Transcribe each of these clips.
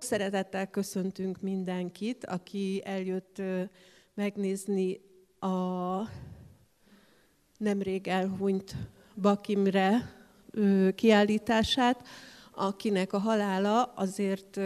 Sok szeretettel köszöntünk mindenkit, aki eljött megnézni a nemrég elhunyt Bak Imre kiállítását, akinek a halála azért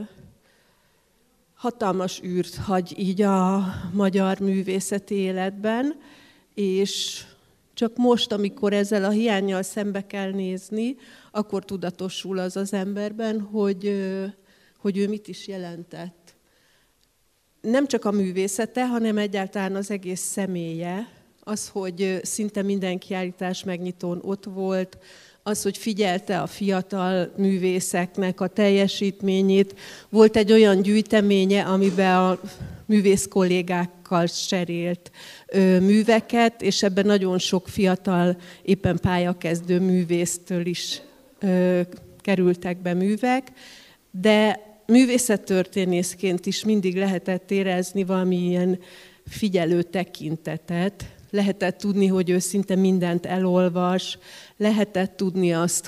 hatalmas űrt hagy így a magyar művészeti életben, és csak most, amikor ezzel a hiánnyal szembe kell nézni, akkor tudatosul az az emberben, hogy ő mit is jelentett. Nem csak a művészete, hanem egyáltalán az egész személye, az, hogy szinte minden kiállítás megnyitón ott volt, az, hogy figyelte a fiatal művészeknek a teljesítményét. Volt egy olyan gyűjteménye, amiben a művész kollégákkal cserélt műveket, és ebben nagyon sok fiatal, éppen pályakezdő művésztől is kerültek be művek, de művészettörténészként is mindig lehetett érezni valamilyen figyelő tekintetet, lehetett tudni, hogy ő szinte mindent elolvas, lehetett tudni azt,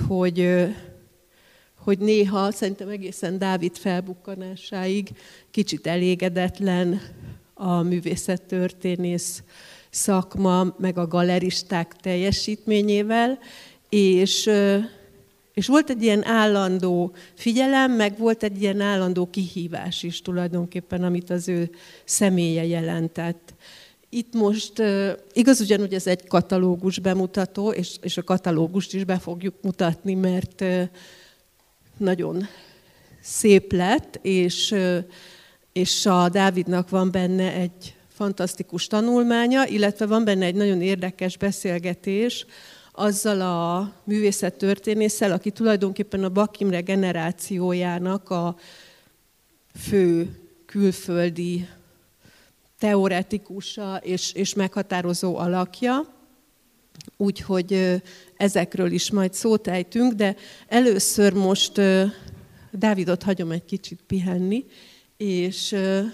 hogy néha, szerintem egészen Dávid felbukkanásáig kicsit elégedetlen a művészettörténész szakma, meg a galeristák teljesítményével, és volt egy ilyen állandó figyelem, meg volt egy ilyen állandó kihívás is tulajdonképpen, amit az ő személye jelentett. Itt most igaz, ugyanúgy ez egy katalógus bemutató, és a katalógust is be fogjuk mutatni, mert nagyon szép lett, és a Dávidnak van benne egy fantasztikus tanulmánya, illetve van benne egy nagyon érdekes beszélgetés azzal a művészettörténésszel, aki tulajdonképpen a Bak Imre generációjának a fő külföldi teoretikusa és meghatározó alakja, úgyhogy ezekről is majd szót ejtünk, de először most Dávidot hagyom egy kicsit pihenni, és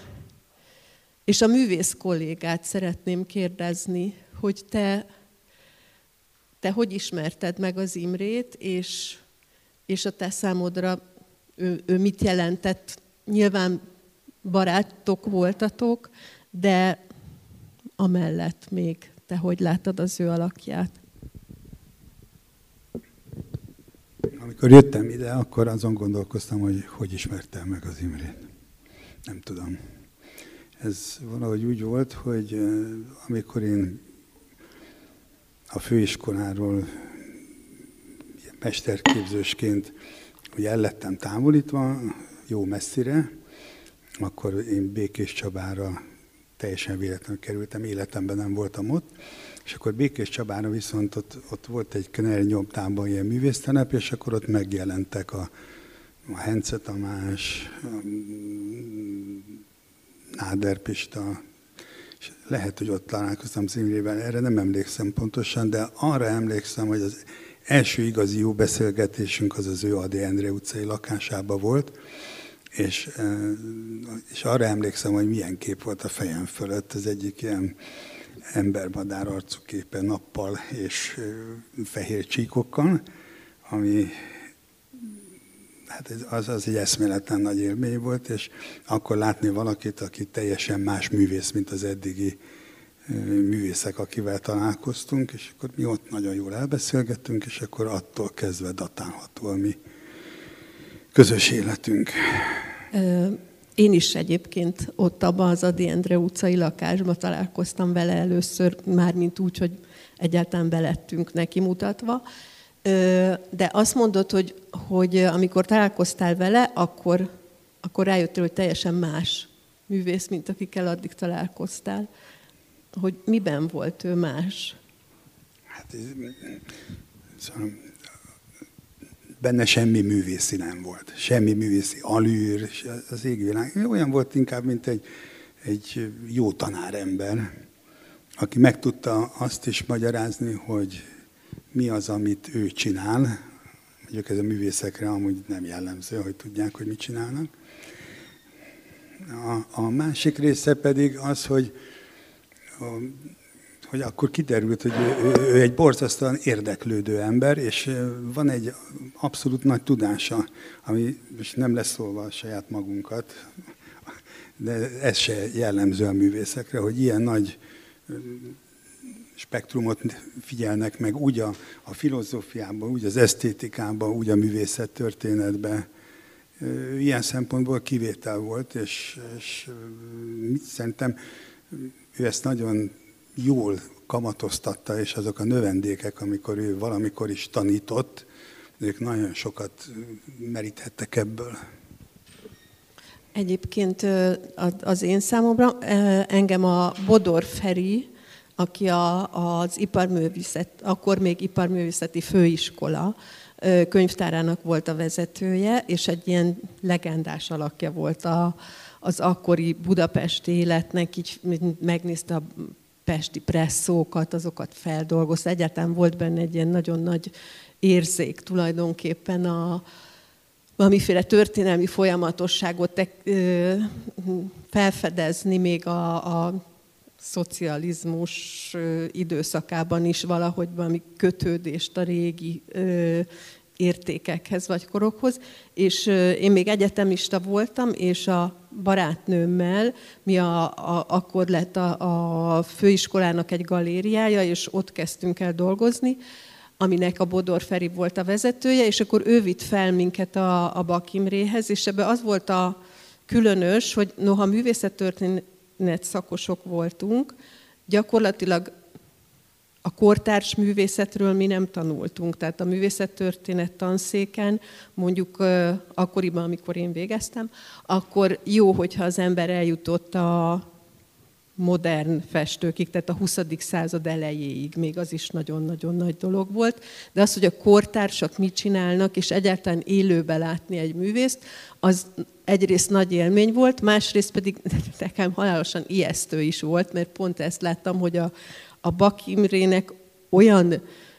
a művész kollégát szeretném kérdezni, hogy te hogy ismerted meg az Imrét, és a te számodra ő mit jelentett? Nyilván barátok voltatok, de amellett még te hogy láttad az ő alakját? Amikor jöttem ide, akkor azon gondolkoztam, hogy ismertem meg az Imrét. Nem tudom. Ez valahogy úgy volt, hogy amikor én a főiskoláról mesterképzősként ugye el lettem távolítva, jó messzire, akkor én Békés Csabára teljesen véletlenül kerültem, életemben nem voltam ott, és akkor Békés Csabára viszont ott volt egy Kner nyomtában ilyen művésztelep, és akkor ott megjelentek a Hence Tamás, a Náder Pista, és lehet, hogy ott találkoztam az Imrével, erre nem emlékszem pontosan, de arra emlékszem, hogy az első igazi jó beszélgetésünk az ő Ady Endre utcai lakásában volt, és arra emlékszem, hogy milyen kép volt a fejem fölött, az egyik ilyen embermadár arcú képe nappal és fehér csíkokkal, ami hát az egy eszméletlen nagy élmény volt, és akkor látni valakit, aki teljesen más művész, mint az eddigi művészek, akivel találkoztunk, és akkor mi ott nagyon jól elbeszélgettünk, és akkor attól kezdve datálható a mi közös életünk. Én is egyébként ott abban az Ady Endre utcai lakásban találkoztam vele először, mármint úgy, hogy egyáltalán belettünk neki mutatva. De azt mondod, hogy amikor találkoztál vele, akkor rájöttél, hogy teljesen más művész, mint akikkel addig találkoztál. Hogy miben volt ő más? Hát benne semmi művészi nem volt. Semmi művészi alűr, az égvilág. Olyan volt inkább, mint egy jó tanárember, aki meg tudta azt is magyarázni, hogy mi az, amit ő csinál. Mondjuk ez a művészekre amúgy nem jellemző, hogy tudják, hogy mit csinálnak. A másik része pedig az, hogy hogy akkor kiderült, hogy ő egy borzasztóan érdeklődő ember, és van egy abszolút nagy tudása, ami most nem leszólva a saját magunkat, de ez se jellemző a művészekre, hogy ilyen nagy spektrumot figyelnek meg úgy a filozófiában, úgy az esztétikában, úgy a művészettörténetben. Ilyen szempontból kivétel volt, és szerintem ő ezt nagyon jól kamatoztatta, és azok a növendékek, amikor ő valamikor is tanított, ők nagyon sokat meríthettek ebből. Egyébként az én számomra engem a Bodor Feri, aki az iparművészet, akkor még iparművészeti főiskola könyvtárának volt a vezetője, és egy ilyen legendás alakja volt az akkori budapesti életnek, így megnézte a pesti presszókat, azokat feldolgozta. Egyáltalán volt benne egy ilyen nagyon nagy érzék tulajdonképpen valamiféle történelmi folyamatosságot felfedezni még a szocializmus időszakában is valahogy valami kötődést a régi értékekhez vagy korokhoz. És én még egyetemista voltam, és a barátnőmmel, akkor lett a főiskolának egy galériája, és ott kezdtünk el dolgozni, aminek a Bodor Feri volt a vezetője, és akkor ő vitt fel minket a Bak Imréhez, és ebben az volt a különös, hogy noha művészettörténet szakosok voltunk, gyakorlatilag a kortárs művészetről mi nem tanultunk. Tehát a művészettörténet tanszéken, mondjuk akkoriban, amikor én végeztem, akkor jó, hogyha az ember eljutott a modern festőkig, tehát a 20. század elejéig, még az is nagyon-nagyon nagy dolog volt. De az, hogy a kortársak mit csinálnak, és egyáltalán élőben látni egy művészt, az egyrészt nagy élmény volt, másrészt pedig nekem halálosan ijesztő is volt, mert pont ezt láttam, hogy a Bak Imrének olyan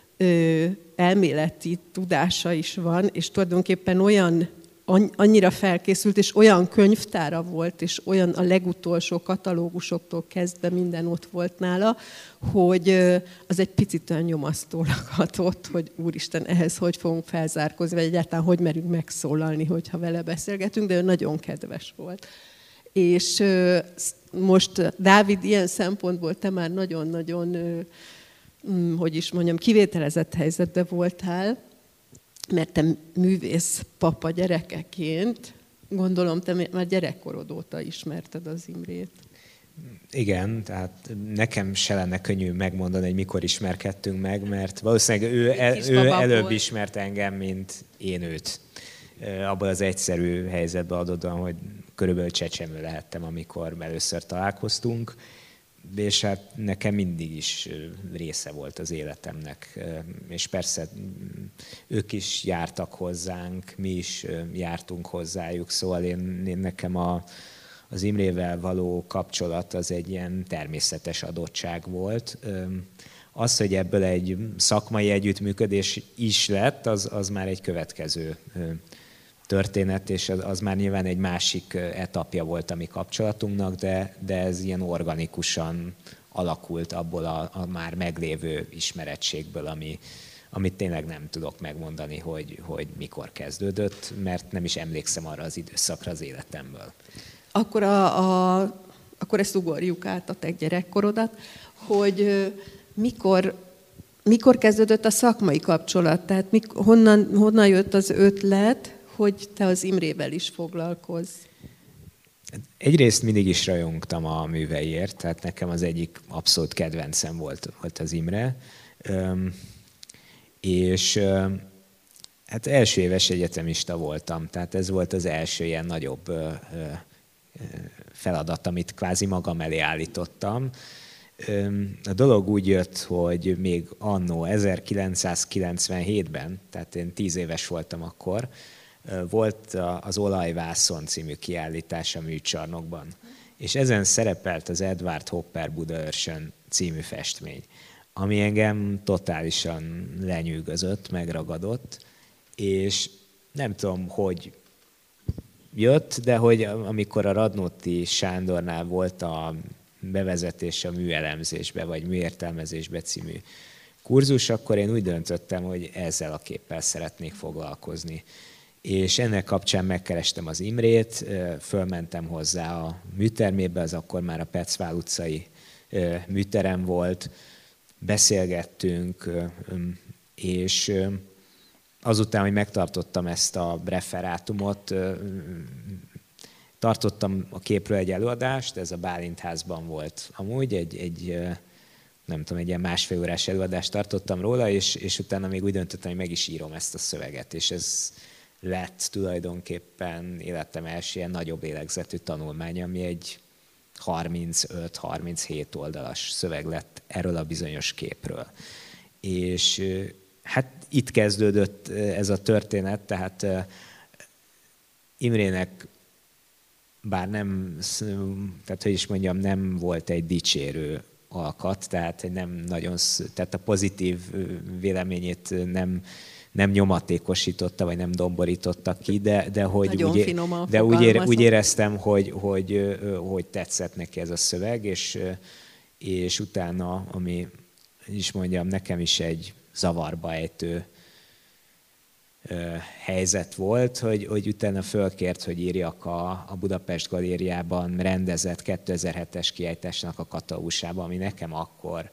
elméleti tudása is van, és tulajdonképpen annyira felkészült, és olyan könyvtára volt, és olyan a legutolsó katalógusoktól kezdve minden ott volt nála, hogy az egy picit olyan nyomasztónak hatott, hogy úristen, ehhez hogy fogunk felzárkózni, vagy egyáltalán hogy merünk megszólalni, hogyha vele beszélgetünk, de ő nagyon kedves volt. És most, Dávid, ilyen szempontból te már nagyon-nagyon, hogy is mondjam, kivételezett helyzetben voltál, mert te művész papa gyerekeként, gondolom, te már gyerekkorod óta ismerted az Imrét. Igen, tehát nekem se lenne könnyű megmondani, hogy mikor ismerkedtünk meg, mert valószínűleg ő előbb ismert engem, mint én őt. Abban az egyszerű helyzetben adódóan, hogy körülbelül csecsemő lehettem, amikor először találkoztunk, és hát nekem mindig is része volt az életemnek. És persze ők is jártak hozzánk, mi is jártunk hozzájuk, szóval nekem az Imrével való kapcsolat az egy ilyen természetes adottság volt. Az, hogy ebből egy szakmai együttműködés is lett, az már egy következő történet, és az már nyilván egy másik etapja volt a mi kapcsolatunknak, de ez ilyen organikusan alakult abból a már meglévő ismerettségből, amit tényleg nem tudok megmondani, hogy mikor kezdődött, mert nem is emlékszem arra az időszakra az életemből. Akkor, akkor ezt ugorjuk át, a te gyerekkorodat, hogy mikor kezdődött a szakmai kapcsolat? Tehát honnan jött az ötlet, hogy te az Imrével is foglalkozz? Egyrészt mindig is rajongtam a műveiért, tehát nekem az egyik abszolút kedvencem volt az Imre. És hát első éves egyetemista voltam, tehát ez volt az első ilyen nagyobb feladat, amit kvázi magam elé állítottam. A dolog úgy jött, hogy még anno 1997-ben, tehát én 10 éves voltam akkor, volt az Olajvászon című kiállítás a műcsarnokban. És ezen szerepelt az Edward Hopper Budaörsön című festmény, ami engem totálisan lenyűgözött, megragadott, és nem tudom, hogy jött, de hogy amikor a Radnóti Sándornál volt a bevezetés a műelemzésbe, vagy műértelmezésbe című kurzus, akkor én úgy döntöttem, hogy ezzel a képpel szeretnék foglalkozni. És ennek kapcsán megkerestem az Imrét, fölmentem hozzá a műtermébe, az akkor már a Pecvál utcai műterem volt, beszélgettünk, és azután, hogy megtartottam ezt a referátumot, tartottam a képről egy előadást, ez a Bálintházban volt amúgy, egy nem tudom, egy ilyen 1,5 órás előadást tartottam róla, és utána még úgy döntöttem, hogy meg is írom ezt a szöveget, és ez lett tulajdonképpen életem első ilyen nagyobb lélegzetű tanulmány, ami egy 35-37 oldalas szöveg lett erről a bizonyos képről. És hát itt kezdődött ez a történet, tehát Imrének bár nem, tehát hogy is mondjam, nem volt egy dicsérő alkat, tehát tehát a pozitív véleményét nem nyomatékosította, vagy nem domborította ki, de hogy úgy éreztem, hogy tetszett neki ez a szöveg, és utána, ami is mondjam, nekem is egy zavarba ejtő helyzet volt, hogy utána fölkért, hogy írjak a Budapest Galériában rendezett 2007-es kiállításnak a katalógusában, ami nekem akkor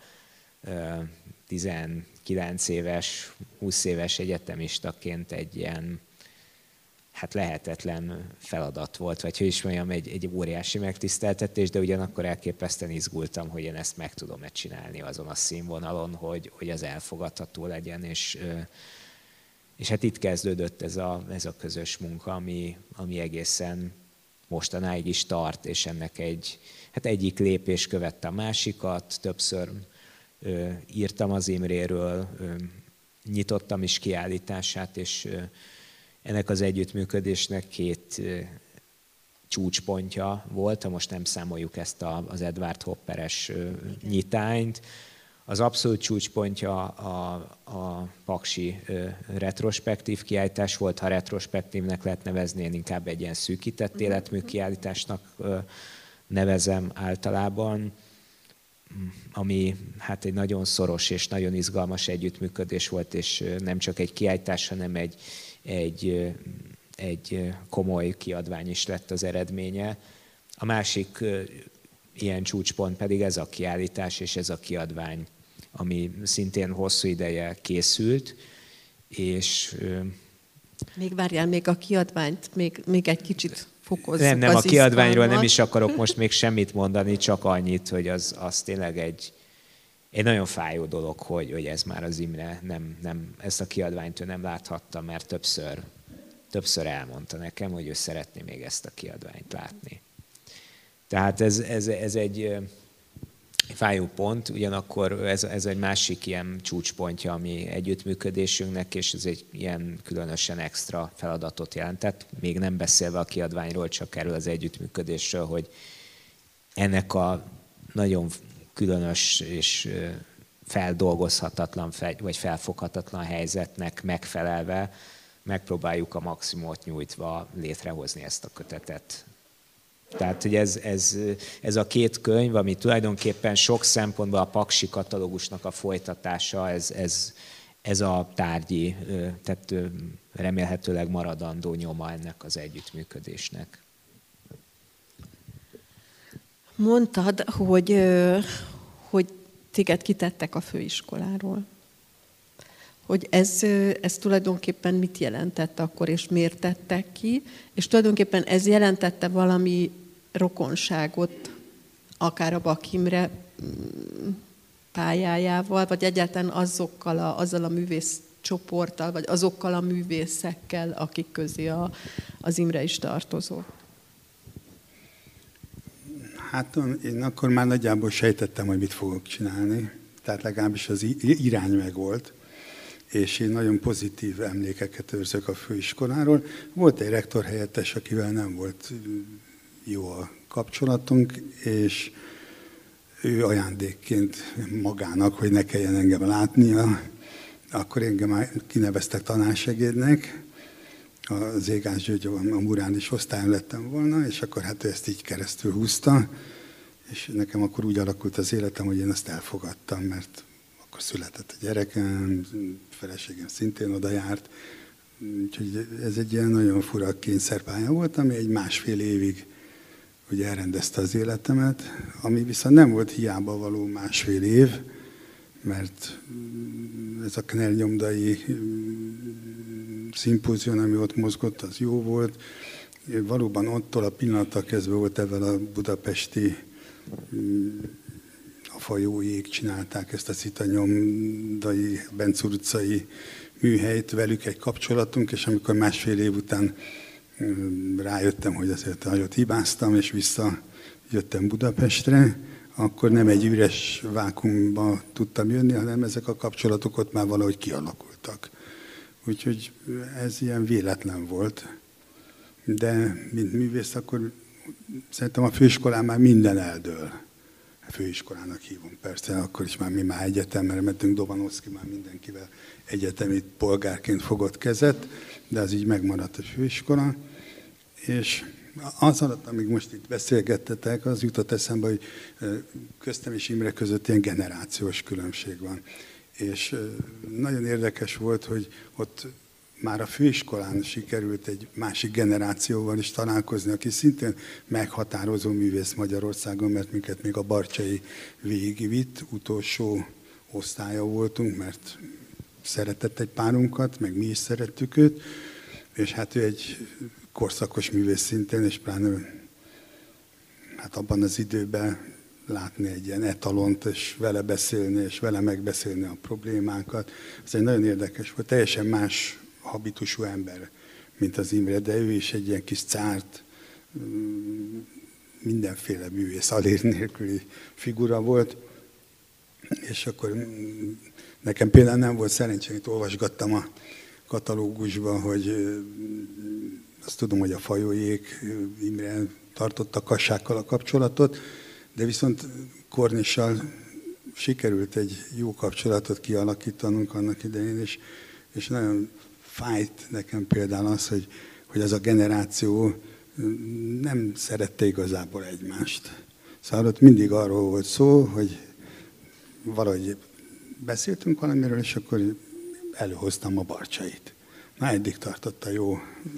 19 éves, 20 éves egyetemistaként egy ilyen hát lehetetlen feladat volt, vagy hogy is mondjam, egy óriási megtiszteltetés, de ugyanakkor elképesztően izgultam, hogy én ezt meg tudom-e csinálni azon a színvonalon, hogy az elfogadható legyen, és hát itt kezdődött ez a közös munka, ami egészen mostanáig is tart, és ennek egyik lépés követte a másikat, többször írtam az Imréről, nyitottam is kiállítását, és ennek az együttműködésnek 2 csúcspontja volt, ha most nem számoljuk ezt az Edward Hopperes nyitányt. Az abszolút csúcspontja a paksi retrospektív kiállítás volt, ha retrospektívnek lehet nevezni, én inkább egy ilyen szűkített életmű kiállításnak nevezem általában, ami hát egy nagyon szoros és nagyon izgalmas együttműködés volt, és nem csak egy kiállítás, hanem egy komoly kiadvány is lett az eredménye. A másik ilyen csúcspont pedig ez a kiállítás és ez a kiadvány, ami szintén hosszú ideje készült, és... Még a kiadványt, még egy kicsit fokozzuk. Nem, a kiadványról nem is akarok most még semmit mondani, csak annyit, hogy az tényleg egy nagyon fájó dolog, hogy ez már az Imre nem ezt a kiadványt ő nem láthatta, mert többször elmondta nekem, hogy ő szeretné még ezt a kiadványt látni. Tehát ez egy fájó pont, ugyanakkor ez egy másik ilyen csúcspontja a mi együttműködésünknek, és ez egy ilyen különösen extra feladatot jelentett, még nem beszélve a kiadványról, csak erről az együttműködésről, hogy ennek a nagyon különös és feldolgozhatatlan, vagy felfoghatatlan helyzetnek megfelelve megpróbáljuk a maximumot nyújtva létrehozni ezt a kötetet. Tehát, hogy ez a 2 könyv, ami tulajdonképpen sok szempontból a paksi katalógusnak a folytatása, ez a tárgyi, tehát remélhetőleg maradandó nyoma ennek az együttműködésnek. Mondtad, hogy téged kitettek a főiskoláról. Hogy ez tulajdonképpen mit jelentett akkor, és miért tettek ki, és tulajdonképpen ez jelentette valami rokonságot, akár a Bak Imre pályájával, vagy egyáltalán azzal a művészcsoporttal, vagy azokkal a művészekkel, akik közé az Imre is tartozott. Hát én akkor már nagyjából sejtettem, hogy mit fogok csinálni, tehát legalábbis az irány meg volt, és én nagyon pozitív emlékeket őrzök a főiskoláról. Volt egy rektor helyettes, akivel nem volt jó a kapcsolatunk, és ő ajándékként magának, hogy ne kelljen engem látnia, akkor engem már kineveztek tanársegédnek, az Égás György a Muránis osztályon lettem volna, és akkor hát ő ezt így keresztül húzta, És nekem akkor úgy alakult az életem, hogy én azt elfogadtam, mert akkor született a gyerekem, feleségem szintén oda járt. Úgyhogy ez egy ilyen nagyon fura kényszerpálya volt, ami egy 1,5 évig ugye elrendezte az életemet, ami viszont nem volt hiába való 1,5 év, mert ez a knellnyomdai szimpózion, ami ott mozgott, az jó volt. Valóban ottól a pillanattól kezdve volt ebben a budapesti a Fajóék csinálták ezt a Szitanyomdai, Bencúr utcai műhelyt, velük egy kapcsolatunk, és amikor 1,5 év után rájöttem, hogy azért nagyot hibáztam, és visszajöttem Budapestre, akkor nem egy üres vákuumba tudtam jönni, hanem ezek a kapcsolatok ott már valahogy kialakultak. Úgyhogy ez ilyen véletlen volt. De mint művész, akkor szerintem a főiskolán már minden eldől. A főiskolának hívom, persze, akkor is mi már egyetemre mentünk, Dobanowski már mindenkivel egyetemi polgárként fogott kezet, de az így megmaradt a főiskola. És az alatt, amíg most itt beszélgettetek, az jutott eszembe, hogy köztem és Imre között ilyen generációs különbség van. És nagyon érdekes volt, hogy ott már a főiskolán sikerült egy másik generációval is találkozni, aki szintén meghatározó művész Magyarországon, mert minket még a Barcsay végigvitt, utolsó osztálya voltunk, mert szeretett egy párunkat, meg mi is szerettük őt, és hát ő egy korszakos művész szintén, és pláne hát abban az időben látni egy ilyen etalont, és vele beszélni, és vele megbeszélni a problémákat. Ez egy nagyon érdekes volt, teljesen más habitusú ember, mint az Imre, de ő is egy ilyen kis cárt, mindenféle művész, alér nélküli figura volt. És akkor nekem például nem volt szerencsém, itt olvasgattam a katalógusba, hogy azt tudom, hogy a Fajóék Imre tartotta Kassákkal a kapcsolatot, de viszont Kornissal sikerült egy jó kapcsolatot kialakítanunk annak idején, és nagyon fájt nekem például az, hogy az a generáció nem szerette igazából egymást. Szóval ott mindig arról volt szó, hogy valahogy beszéltünk valamiről, és akkor előhoztam a Barcsayt. Na, eddig tartott a jó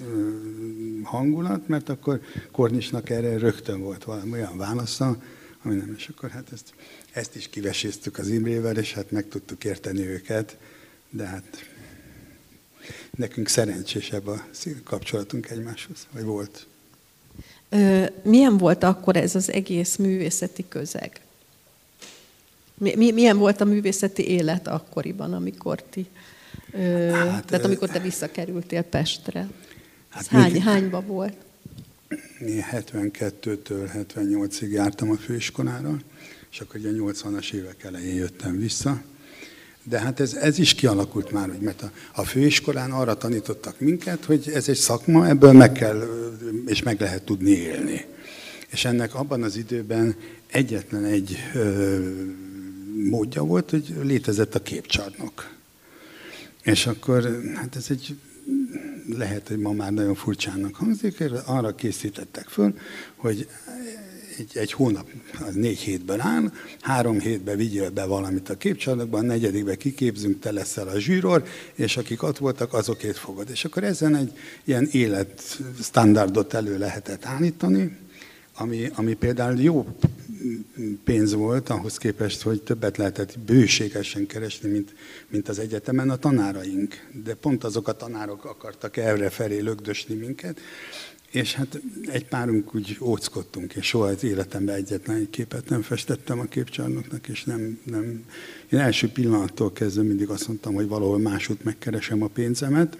hangulat, mert akkor Kornisnak erre rögtön volt valami olyan válasza, ami nem, és akkor hát ezt is kiveséztük az Imrével, és hát meg tudtuk érteni őket, de hát nekünk szerencsésebb a kapcsolatunk egymáshoz, vagy volt. Milyen volt akkor ez az egész művészeti közeg? Milyen volt a művészeti élet akkoriban, amikor tehát amikor te visszakerültél Pestre? Hát hányba volt? Én 72-től 78-ig jártam a főiskolára, és akkor ugye 80-as évek elején jöttem vissza. De hát ez is kialakult már, mert a főiskolán arra tanítottak minket, hogy ez egy szakma, ebből meg kell, és meg lehet tudni élni. És ennek abban az időben egyetlen egy módja volt, hogy létezett a képcsarnok. És akkor, hát ez lehet, hogy ma már nagyon furcsának hangzik, arra készítettek föl, hogy egy hónap, az 4 hétből áll, 3 hétben vigyél be valamit a képcsarnokban, 4. kiképzünk, te leszel a zsűror, és akik ott voltak, azokét fogod. És akkor ezen egy ilyen életstandardot elő lehetett állítani, ami például jó pénz volt ahhoz képest, hogy többet lehetett bőségesen keresni, mint az egyetemen a tanáraink. De pont azok a tanárok akartak errefelé lögdösni minket, és hát egy párunk úgy óckodtunk, és soha az életemben egyetlen egy képet nem festettem a képcsarnoknak, és nem. Én első pillanattól kezdve mindig azt mondtam, hogy valahol máshogy megkeresem a pénzemet,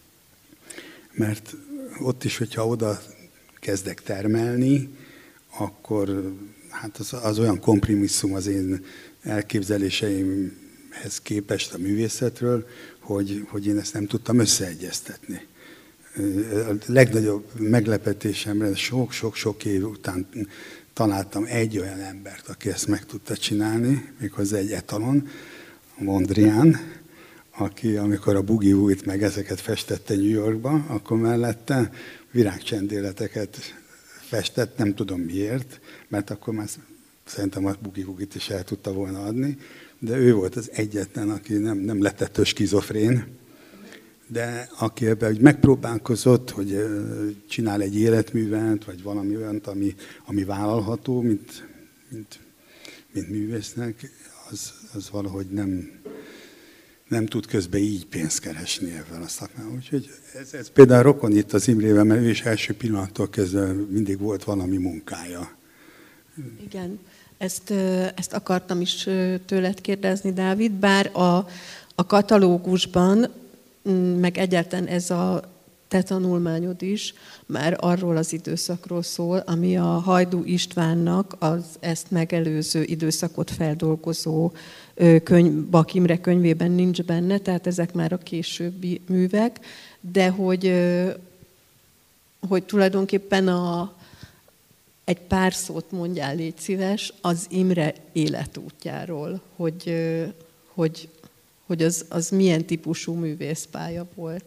mert ott is, hogyha oda kezdek termelni, akkor hát az olyan kompromisszum az én elképzeléseimhez képest a művészetről, hogy én ezt nem tudtam összeegyeztetni. A legnagyobb meglepetésemre sok év után találtam egy olyan embert, aki ezt meg tudta csinálni, méghozzá egy etalon, Mondrian, aki amikor a Boogie Woogie-t meg ezeket festette New Yorkba, akkor mellette virágcsendéleteket festett, nem tudom miért, mert akkor már szerintem a Bugi-Vugit is el tudta volna adni, de ő volt az egyetlen, aki nem lett ettől skizofrén, de aki ebben megpróbálkozott, hogy csinál egy életművet, vagy valami olyant, ami vállalható, mint művésznek, az valahogy nem tud közben így pénzt keresni ebben a szakmában. Úgyhogy ez például rokon itt az Imrével, mert ő is első pillanattól kezdve mindig volt valami munkája. Igen, ezt akartam is tőled kérdezni, Dávid, bár a katalógusban, meg egyáltalán ez a te tanulmányod is már arról az időszakról szól, ami a Hajdú Istvánnak az ezt megelőző időszakot feldolgozó Bak Imre könyvében nincs benne, tehát ezek már a későbbi művek, de hogy tulajdonképpen egy pár szót mondjál, légy szíves, az Imre életútjáról, hogy az milyen típusú művészpálya volt.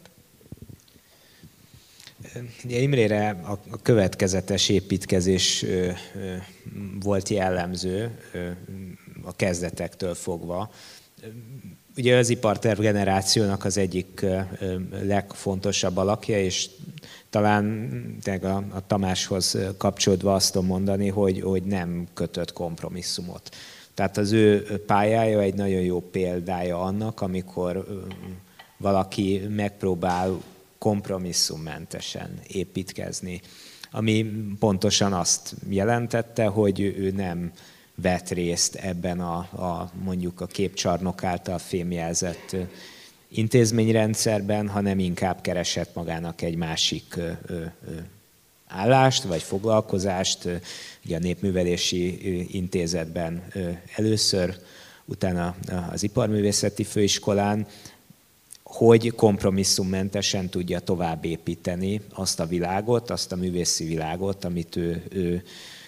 Imrére a következetes építkezés volt jellemző a kezdetektől fogva. Ugye az iparterv generációnak az egyik legfontosabb alakja, és talán a Tamáshoz kapcsolódva azt tudom mondani, hogy nem kötött kompromisszumot. Tehát az ő pályája egy nagyon jó példája annak, amikor valaki megpróbál kompromisszummentesen építkezni, ami pontosan azt jelentette, hogy ő nem vett részt ebben mondjuk a képcsarnok által fémjelzett intézményrendszerben, hanem inkább keresett magának egy másik állást vagy foglalkozást, ugye a Népművelési Intézetben először, utána az Iparművészeti Főiskolán, hogy kompromisszummentesen tudja tovább építeni azt a világot, azt a művészi világot, amit ő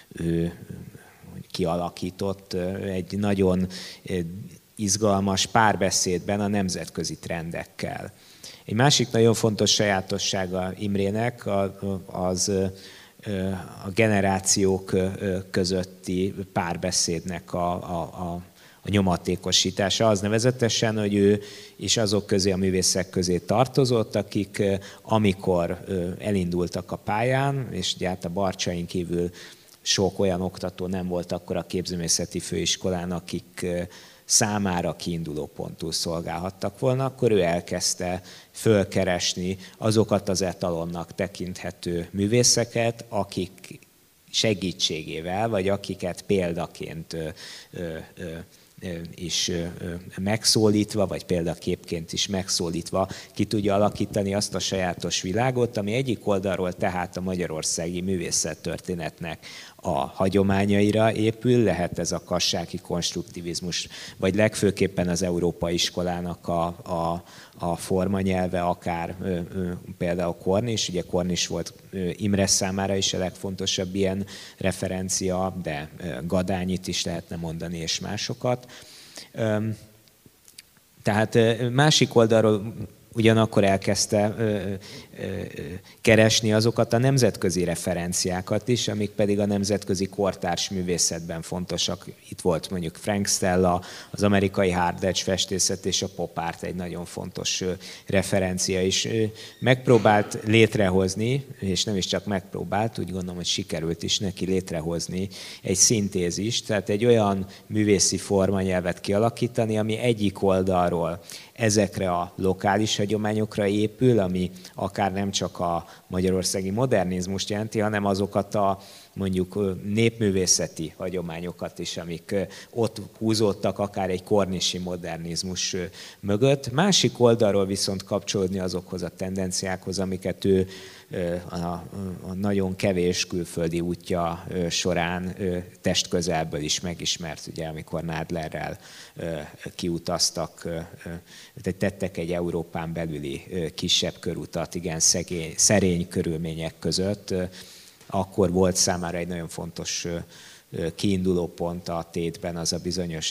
kialakított egy nagyon izgalmas párbeszédben a nemzetközi trendekkel. Egy másik nagyon fontos sajátossága Imrének az a generációk közötti párbeszédnek a nyomatékosítása, az nevezetesen, hogy ő is azok közé, a művészek közé tartozott, akik amikor elindultak a pályán, és ugye hát a Barcsain kívül sok olyan oktató nem volt akkor a Képzőművészeti Főiskolán, akik számára kiinduló pontul szolgálhattak volna, akkor ő elkezdte fölkeresni azokat az etalonnak tekinthető művészeket, akik segítségével, vagy akiket példaként is megszólítva, vagy példaképként is megszólítva ki tudja alakítani azt a sajátos világot, ami egyik oldalról tehát a magyarországi művészettörténetnek a hagyományaira épül, lehet ez a kassáki konstruktivizmus, vagy legfőképpen az európai iskolának a formanyelve, akár például Kornis, ugye Kornis volt Imre számára is a legfontosabb ilyen referencia, de Gadányit is lehetne mondani, és másokat. Tehát másik oldalról ugyanakkor elkezdte keresni azokat a nemzetközi referenciákat is, amik pedig a nemzetközi kortárs művészetben fontosak. Itt volt mondjuk Frank Stella, az amerikai hard edge festészet és a pop art egy nagyon fontos referencia is. Megpróbált létrehozni, és nem is csak megpróbált, úgy gondolom, hogy sikerült is neki létrehozni egy szintézist, tehát egy olyan művészi formanyelvet kialakítani, ami egyik oldalról ezekre a lokális hagyományokra épül, ami akár nem csak a magyarországi modernizmust jelenti, hanem azokat a mondjuk népművészeti hagyományokat is, amik ott húzódtak akár egy kornisi modernizmus mögött. Másik oldalról viszont kapcsolódni azokhoz a tendenciákhoz, amiket ő a nagyon kevés külföldi útja során testközelből is megismert, ugye, amikor Nádlerrel kiutaztak, tettek egy Európán belüli kisebb körutat, igen szerény körülmények között, akkor volt számára egy nagyon fontos kiinduló pont a tétben, az a bizonyos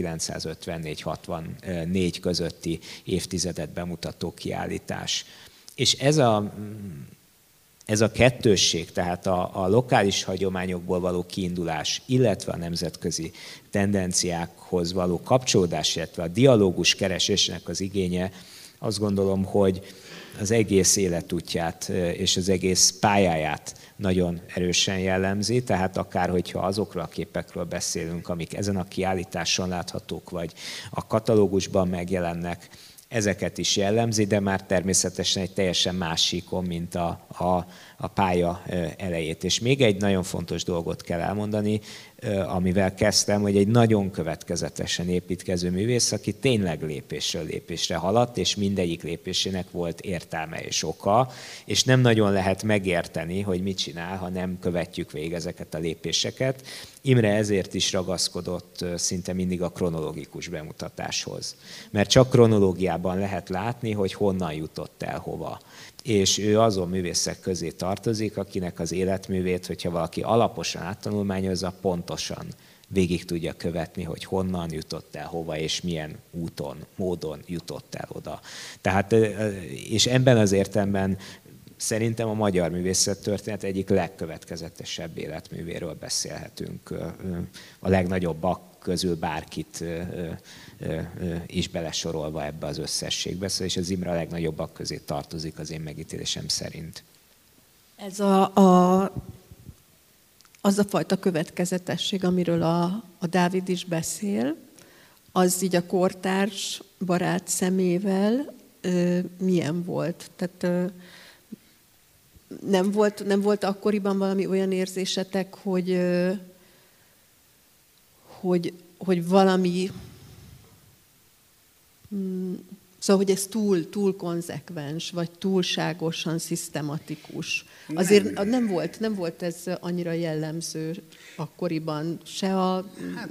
1954-64 közötti évtizedet bemutató kiállítás. És ez ez a kettősség, tehát a lokális hagyományokból való kiindulás, illetve a nemzetközi tendenciákhoz való kapcsolódás, illetve a dialógus keresésnek az igénye, azt gondolom, hogy az egész életútját és az egész pályáját nagyon erősen jellemzi, tehát akár hogyha azokról a képekről beszélünk, amik ezen a kiállításon láthatók, vagy a katalógusban megjelennek, ezeket is jellemzi, de már természetesen egy teljesen más síkon, mint a pálya elejét. És még egy nagyon fontos dolgot kell elmondani, amivel kezdtem, hogy egy nagyon következetesen építkező művész, aki tényleg lépésről lépésre haladt, és mindegyik lépésének volt értelme és oka, és nem nagyon lehet megérteni, hogy mit csinál, ha nem követjük végig ezeket a lépéseket. Imre ezért is ragaszkodott szinte mindig a kronológikus bemutatáshoz. Mert csak kronológiában lehet látni, hogy honnan jutott el hova. És ő azon művészek közé tartozik, akinek az életművét, hogyha valaki alaposan áttanulmányozza, pontosan végig tudja követni, hogy honnan jutott el hova, és milyen úton, módon jutott el oda. Tehát, és ebben az értelemben szerintem a magyar művészettörténet egyik legkövetkezetesebb életművéről beszélhetünk. A legnagyobbak közül bárkit is belesorolva ebbe az összességbe, és az Imre a legnagyobbak közé tartozik az én megítélésem szerint. Ez az a fajta következetesség, amiről a Dávid is beszél, az így a kortárs barát szemével milyen volt? Tehát nem volt akkoriban valami olyan érzésetek, hogy valami, szóval, hogy ez túl konzekvens, vagy túlságosan szisztematikus. Azért nem volt ez annyira jellemző akkoriban, se a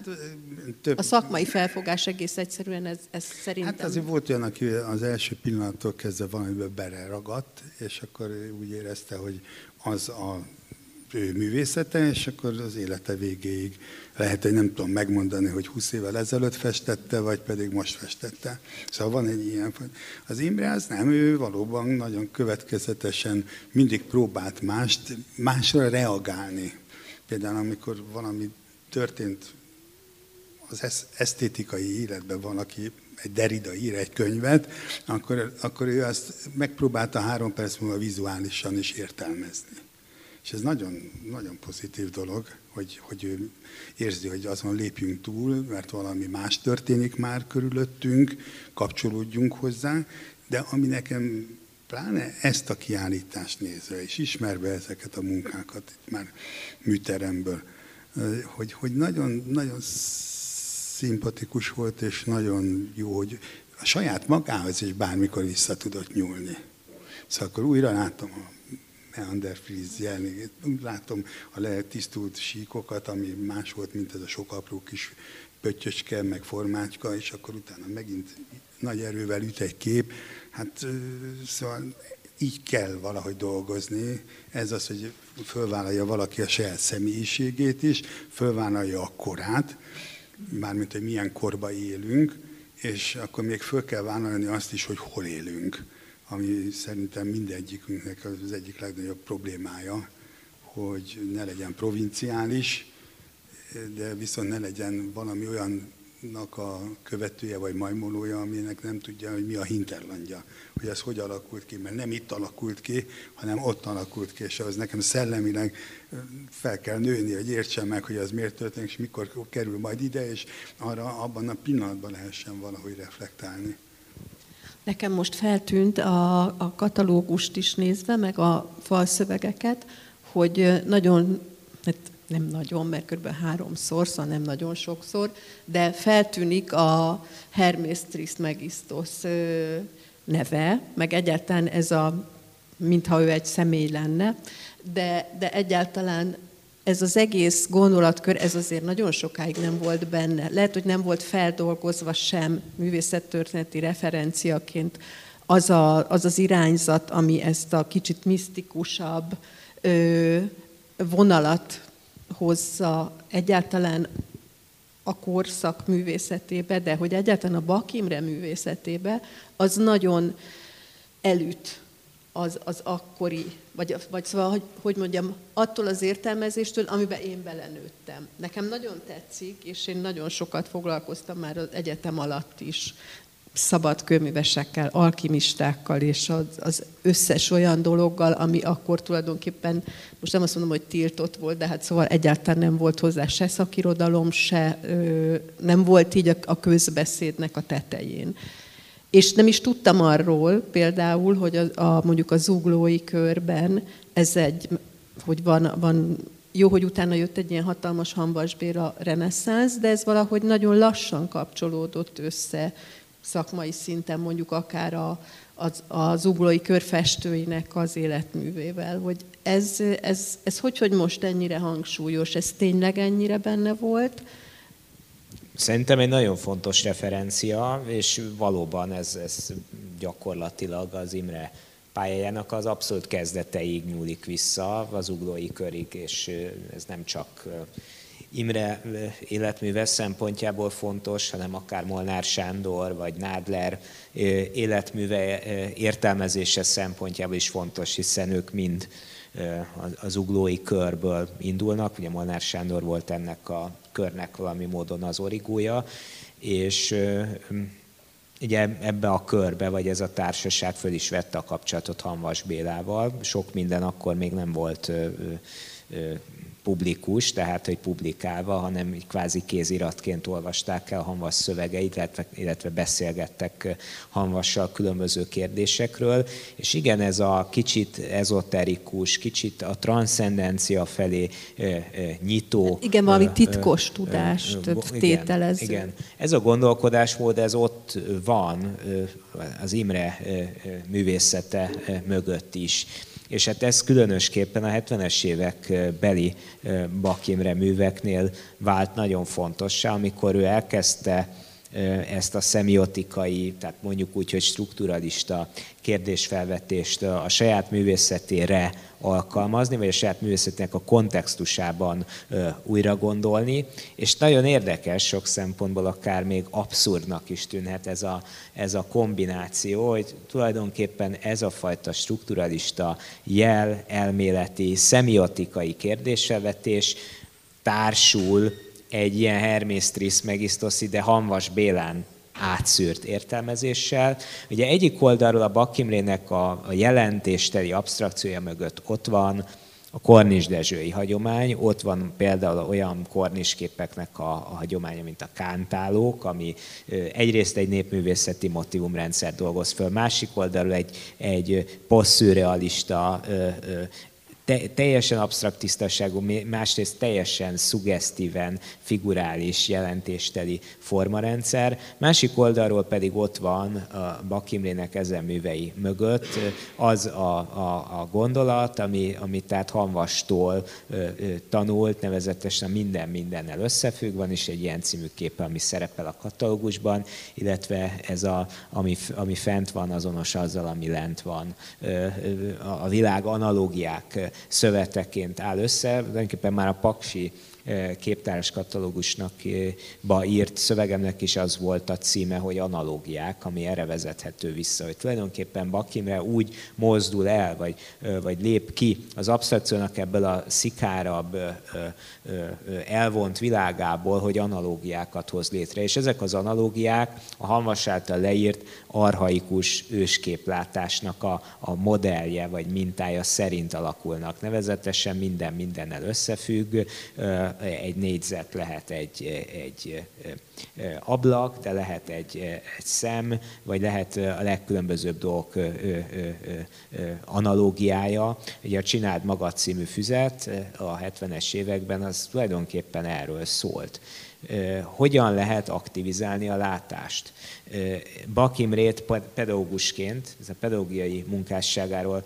szakmai felfogás egész egyszerűen ez szerintem... Hát azért volt olyan, aki az első pillanattól kezdve valamiben beleragadt, és akkor úgy érezte, hogy az a ő művészete, és akkor az élete végéig lehet, hogy nem tudom megmondani, hogy 20 évvel ezelőtt festette, vagy pedig most festette. Szóval van egy ilyen... Az Imre az nem, ő valóban nagyon következetesen mindig próbált másra reagálni. Például amikor valami történt az esztétikai életben, valaki, egy Derrida ír egy könyvet, akkor ő azt megpróbálta 3 perc múlva vizuálisan is értelmezni. És ez nagyon, nagyon pozitív dolog, hogy ő érzi, hogy azon lépjünk túl, mert valami más történik már körülöttünk, kapcsolódjunk hozzá, de ami nekem pláne ezt a kiállítást nézve, és ismerve ezeket a munkákat itt már műteremből, hogy nagyon, nagyon szimpatikus volt, és nagyon jó, hogy a saját magához is bármikor vissza tudott nyúlni. Szóval akkor újra látom a Meanderfries jellegét, látom a letisztult síkokat, ami más volt, mint ez a sok apró kis pöttyöcske, meg formácska, és akkor utána megint nagy erővel üt egy kép. Hát szóval így kell valahogy dolgozni. Ez az, hogy fölvállalja valaki a saját személyiségét is, fölvállalja a korát, mármint, hogy milyen korba élünk, és akkor még föl kell vállalni azt is, hogy hol élünk, ami szerintem mindegyikünknek az egyik legnagyobb problémája, hogy ne legyen provinciális, de viszont ne legyen valami olyannak a követője vagy majmolója, aminek nem tudja, hogy mi a hinterlandja, hogy ez hogy alakult ki, mert nem itt alakult ki, hanem ott alakult ki, és az nekem szellemileg fel kell nőni, hogy értsem meg, hogy az miért történik, és mikor kerül majd ide, és arra abban a pillanatban lehessen valahogy reflektálni. Nekem most feltűnt a katalógust is nézve, meg a falszövegeket, hogy nagyon, hát nem nagyon, mert kb. 3-szor, szóval nem nagyon sokszor, de feltűnik a Hermes Trismegistos neve, meg egyáltalán ez mintha ő egy személy lenne, de egyáltalán ez az egész gondolatkör, ez azért nagyon sokáig nem volt benne. Lehet, hogy nem volt feldolgozva sem művészettörténeti referenciaként az az irányzat, ami ezt a kicsit misztikusabb vonalat hozza egyáltalán a korszak művészetébe, de hogy egyáltalán a Bak Imre művészetébe, az nagyon elüt az akkori, vagy szóval, hogy mondjam, attól az értelmezéstől, amiben én belenőttem. Nekem nagyon tetszik, és én nagyon sokat foglalkoztam már az egyetem alatt is szabad kőművesekkel, alkimistákkal, és az összes olyan dologgal, ami akkor tulajdonképpen, most nem azt mondom, hogy tiltott volt, de hát szóval egyáltalán nem volt hozzá se szakirodalom, se nem volt így a közbeszédnek a tetején. És nem is tudtam arról például, hogy mondjuk a zuglói körben ez hogy van jó, hogy utána jött egy ilyen hatalmas Hamvas Béla reneszánsz, de ez valahogy nagyon lassan kapcsolódott össze szakmai szinten, mondjuk akár a zuglói kör festőinek az életművével. Hogy ez hogy most ennyire hangsúlyos, ez tényleg ennyire benne volt? Szerintem egy nagyon fontos referencia, és valóban ez gyakorlatilag az Imre pályájának az abszolút kezdeteig nyúlik vissza, az zuglói körig, és ez nem csak Imre életműve szempontjából fontos, hanem akár Molnár Sándor vagy Nádler életműve értelmezése szempontjából is fontos, hiszen ők mind a zuglói körből indulnak. Ugye Molnár Sándor volt ennek a körnek valami módon az origója, és ugye ebbe a körbe, vagy ez a társaság föl is vette a kapcsolatot Hamvas Bélával. Sok minden akkor még nem volt publikus, tehát hogy publikálva, hanem kvázi kéziratként olvasták el Hamvas szövegeit, illetve beszélgettek Hamvassal különböző kérdésekről. És igen, ez a kicsit ezoterikus, kicsit a transzcendencia felé nyitó... Igen, valami titkos tudást tételező. Igen. Ez a gondolkodásmód, ez ott van az Imre művészete mögött is. És hát ez különösképpen a 70-es évek beli Bak Imre műveknél vált nagyon fontossá, amikor ő elkezdte ezt a szemiotikai, tehát mondjuk úgy, hogy strukturalista kérdésfelvetést a saját művészetére alkalmazni, vagy a saját művészetének a kontextusában újra gondolni, és nagyon érdekes, sok szempontból akár még abszurdnak is tűnhet ez a kombináció, hogy tulajdonképpen ez a fajta strukturalista elméleti, szemiotikai kérdésfelvetés társul egy ilyen Hermes Trismegistuszi, de Hamvas Bélán átszűrt értelmezéssel. Ugye egyik oldalról a Bak Imrének a jelentésteli absztrakciója mögött ott van a Kornis Dezsői hagyomány, ott van például olyan kornisképeknek a hagyománya, mint a kántálók, ami egyrészt egy népművészeti motivumrendszer dolgoz föl, másik oldalról egy posztszürrealista, teljesen absztrakt tisztaságú, másrészt teljesen szuggesztíven, figurális, jelentésteli formarendszer. Másik oldalról pedig ott van a Bak Imrének ezen művei mögött az a gondolat, ami tehát Hamvastól tanult, nevezetesen minden mindennel összefügg, van is egy ilyen című képe, ami szerepel a katalógusban, illetve ez ami fent van, azonos azzal, ami lent van. A világ analógiák szöveteként áll össze, tulajdonképpen már a Paksi képtáros katalógusnak írt szövegemnek is az volt a címe, hogy analógiák, ami erre vezethető vissza, hogy tulajdonképpen Bak Imre úgy mozdul el, vagy lép ki az absztrakciónak ebből a szikárabb, elvont világából, hogy analógiákat hoz létre. És ezek az analógiák a Hamvas által leírt archaikus ősképlátásnak a modellje, vagy mintája szerint alakulnak. Nevezetesen minden mindennel összefügg, egy négyzet lehet egy ablak, de lehet egy szem, vagy lehet a legkülönbözőbb dolgok analógiája. Ugye a Csináld magad című füzet a 70-es években az tulajdonképpen erről szólt. Hogyan lehet aktivizálni a látást? Bak Imrét pedagógusként, ez a pedagógiai munkásságáról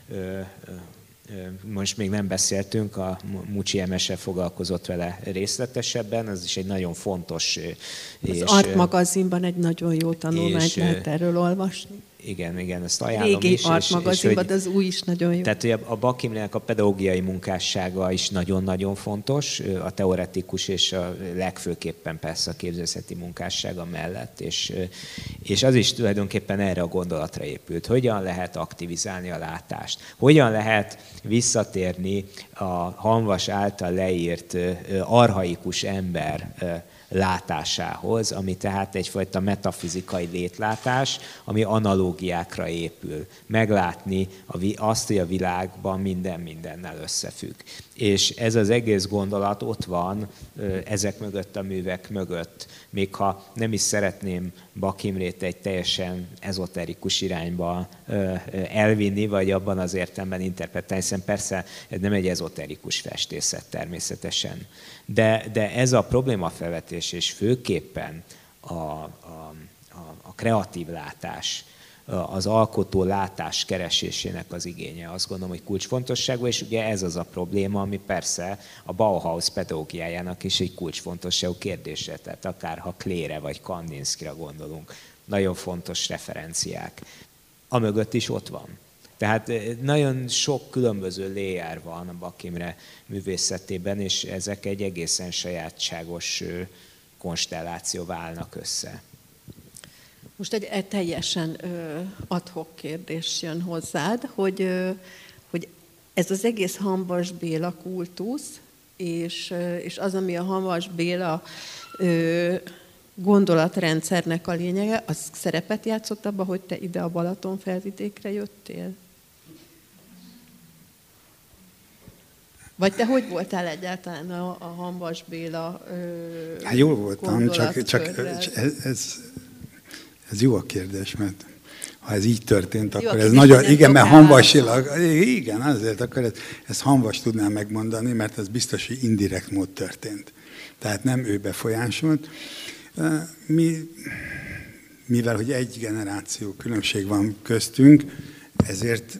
most még nem beszéltünk, a Mucsi Emese foglalkozott vele részletesebben, ez is egy nagyon fontos... Az Art magazinban egy nagyon jó tanulmányt lehet erről olvasni. Igen, ezt ajánlom régi is. Art magazinban, de az új is nagyon jó. Tehát, hogy a Bak Imrének a pedagógiai munkássága is nagyon-nagyon fontos, a teoretikus és a legfőképpen persze a képzőszeti munkássága mellett, és az is tulajdonképpen erre a gondolatra épült. Hogyan lehet aktivizálni a látást? Hogyan lehet visszatérni a Hamvas által leírt archaikus ember látásához, ami tehát egyfajta metafizikai létlátás, ami analógiákra épül. Meglátni azt, hogy a világban minden mindennel összefügg. És ez az egész gondolat ott van ezek mögött a művek mögött. Még ha nem is szeretném Bak Imrét egy teljesen ezoterikus irányba elvinni, vagy abban az értelemben interpretálni, hiszen persze ez nem egy ezoterikus festészet természetesen. De ez a problémafelvetés, és főképpen a kreatív látás, az alkotó látás keresésének az igénye, azt gondolom, hogy kulcsfontosságú, és ugye ez az a probléma, ami persze a Bauhaus pedagógiájának is egy kulcsfontosságú kérdése, tehát akár ha Klére vagy Kandinszkira gondolunk, nagyon fontos referenciák. Amögött is ott van. Tehát nagyon sok különböző layer van a Bak Imre művészetében, és ezek egy egészen sajátságos konstelláció válnak össze. Most egy teljesen ad-hoc kérdés jön hozzád, hogy ez az egész Hamvas Béla kultusz, és az, ami a Hamvas Béla gondolatrendszernek a lényege, az szerepet játszott abban, hogy te ide a Balatonfelvidékre jöttél? Vagy te hogy voltál egyáltalán a Hamvas Béla Hát jól voltam, csak ez jó a kérdés, mert ha ez így történt, jó, akkor ez nagyon, igen, mert hamvasilag, igen, azért akkor ezt Hamvas tudnám megmondani, mert ez biztos, hogy indirekt mód történt. Tehát nem ő befolyásolt. Mivel, hogy egy generáció különbség van köztünk, ezért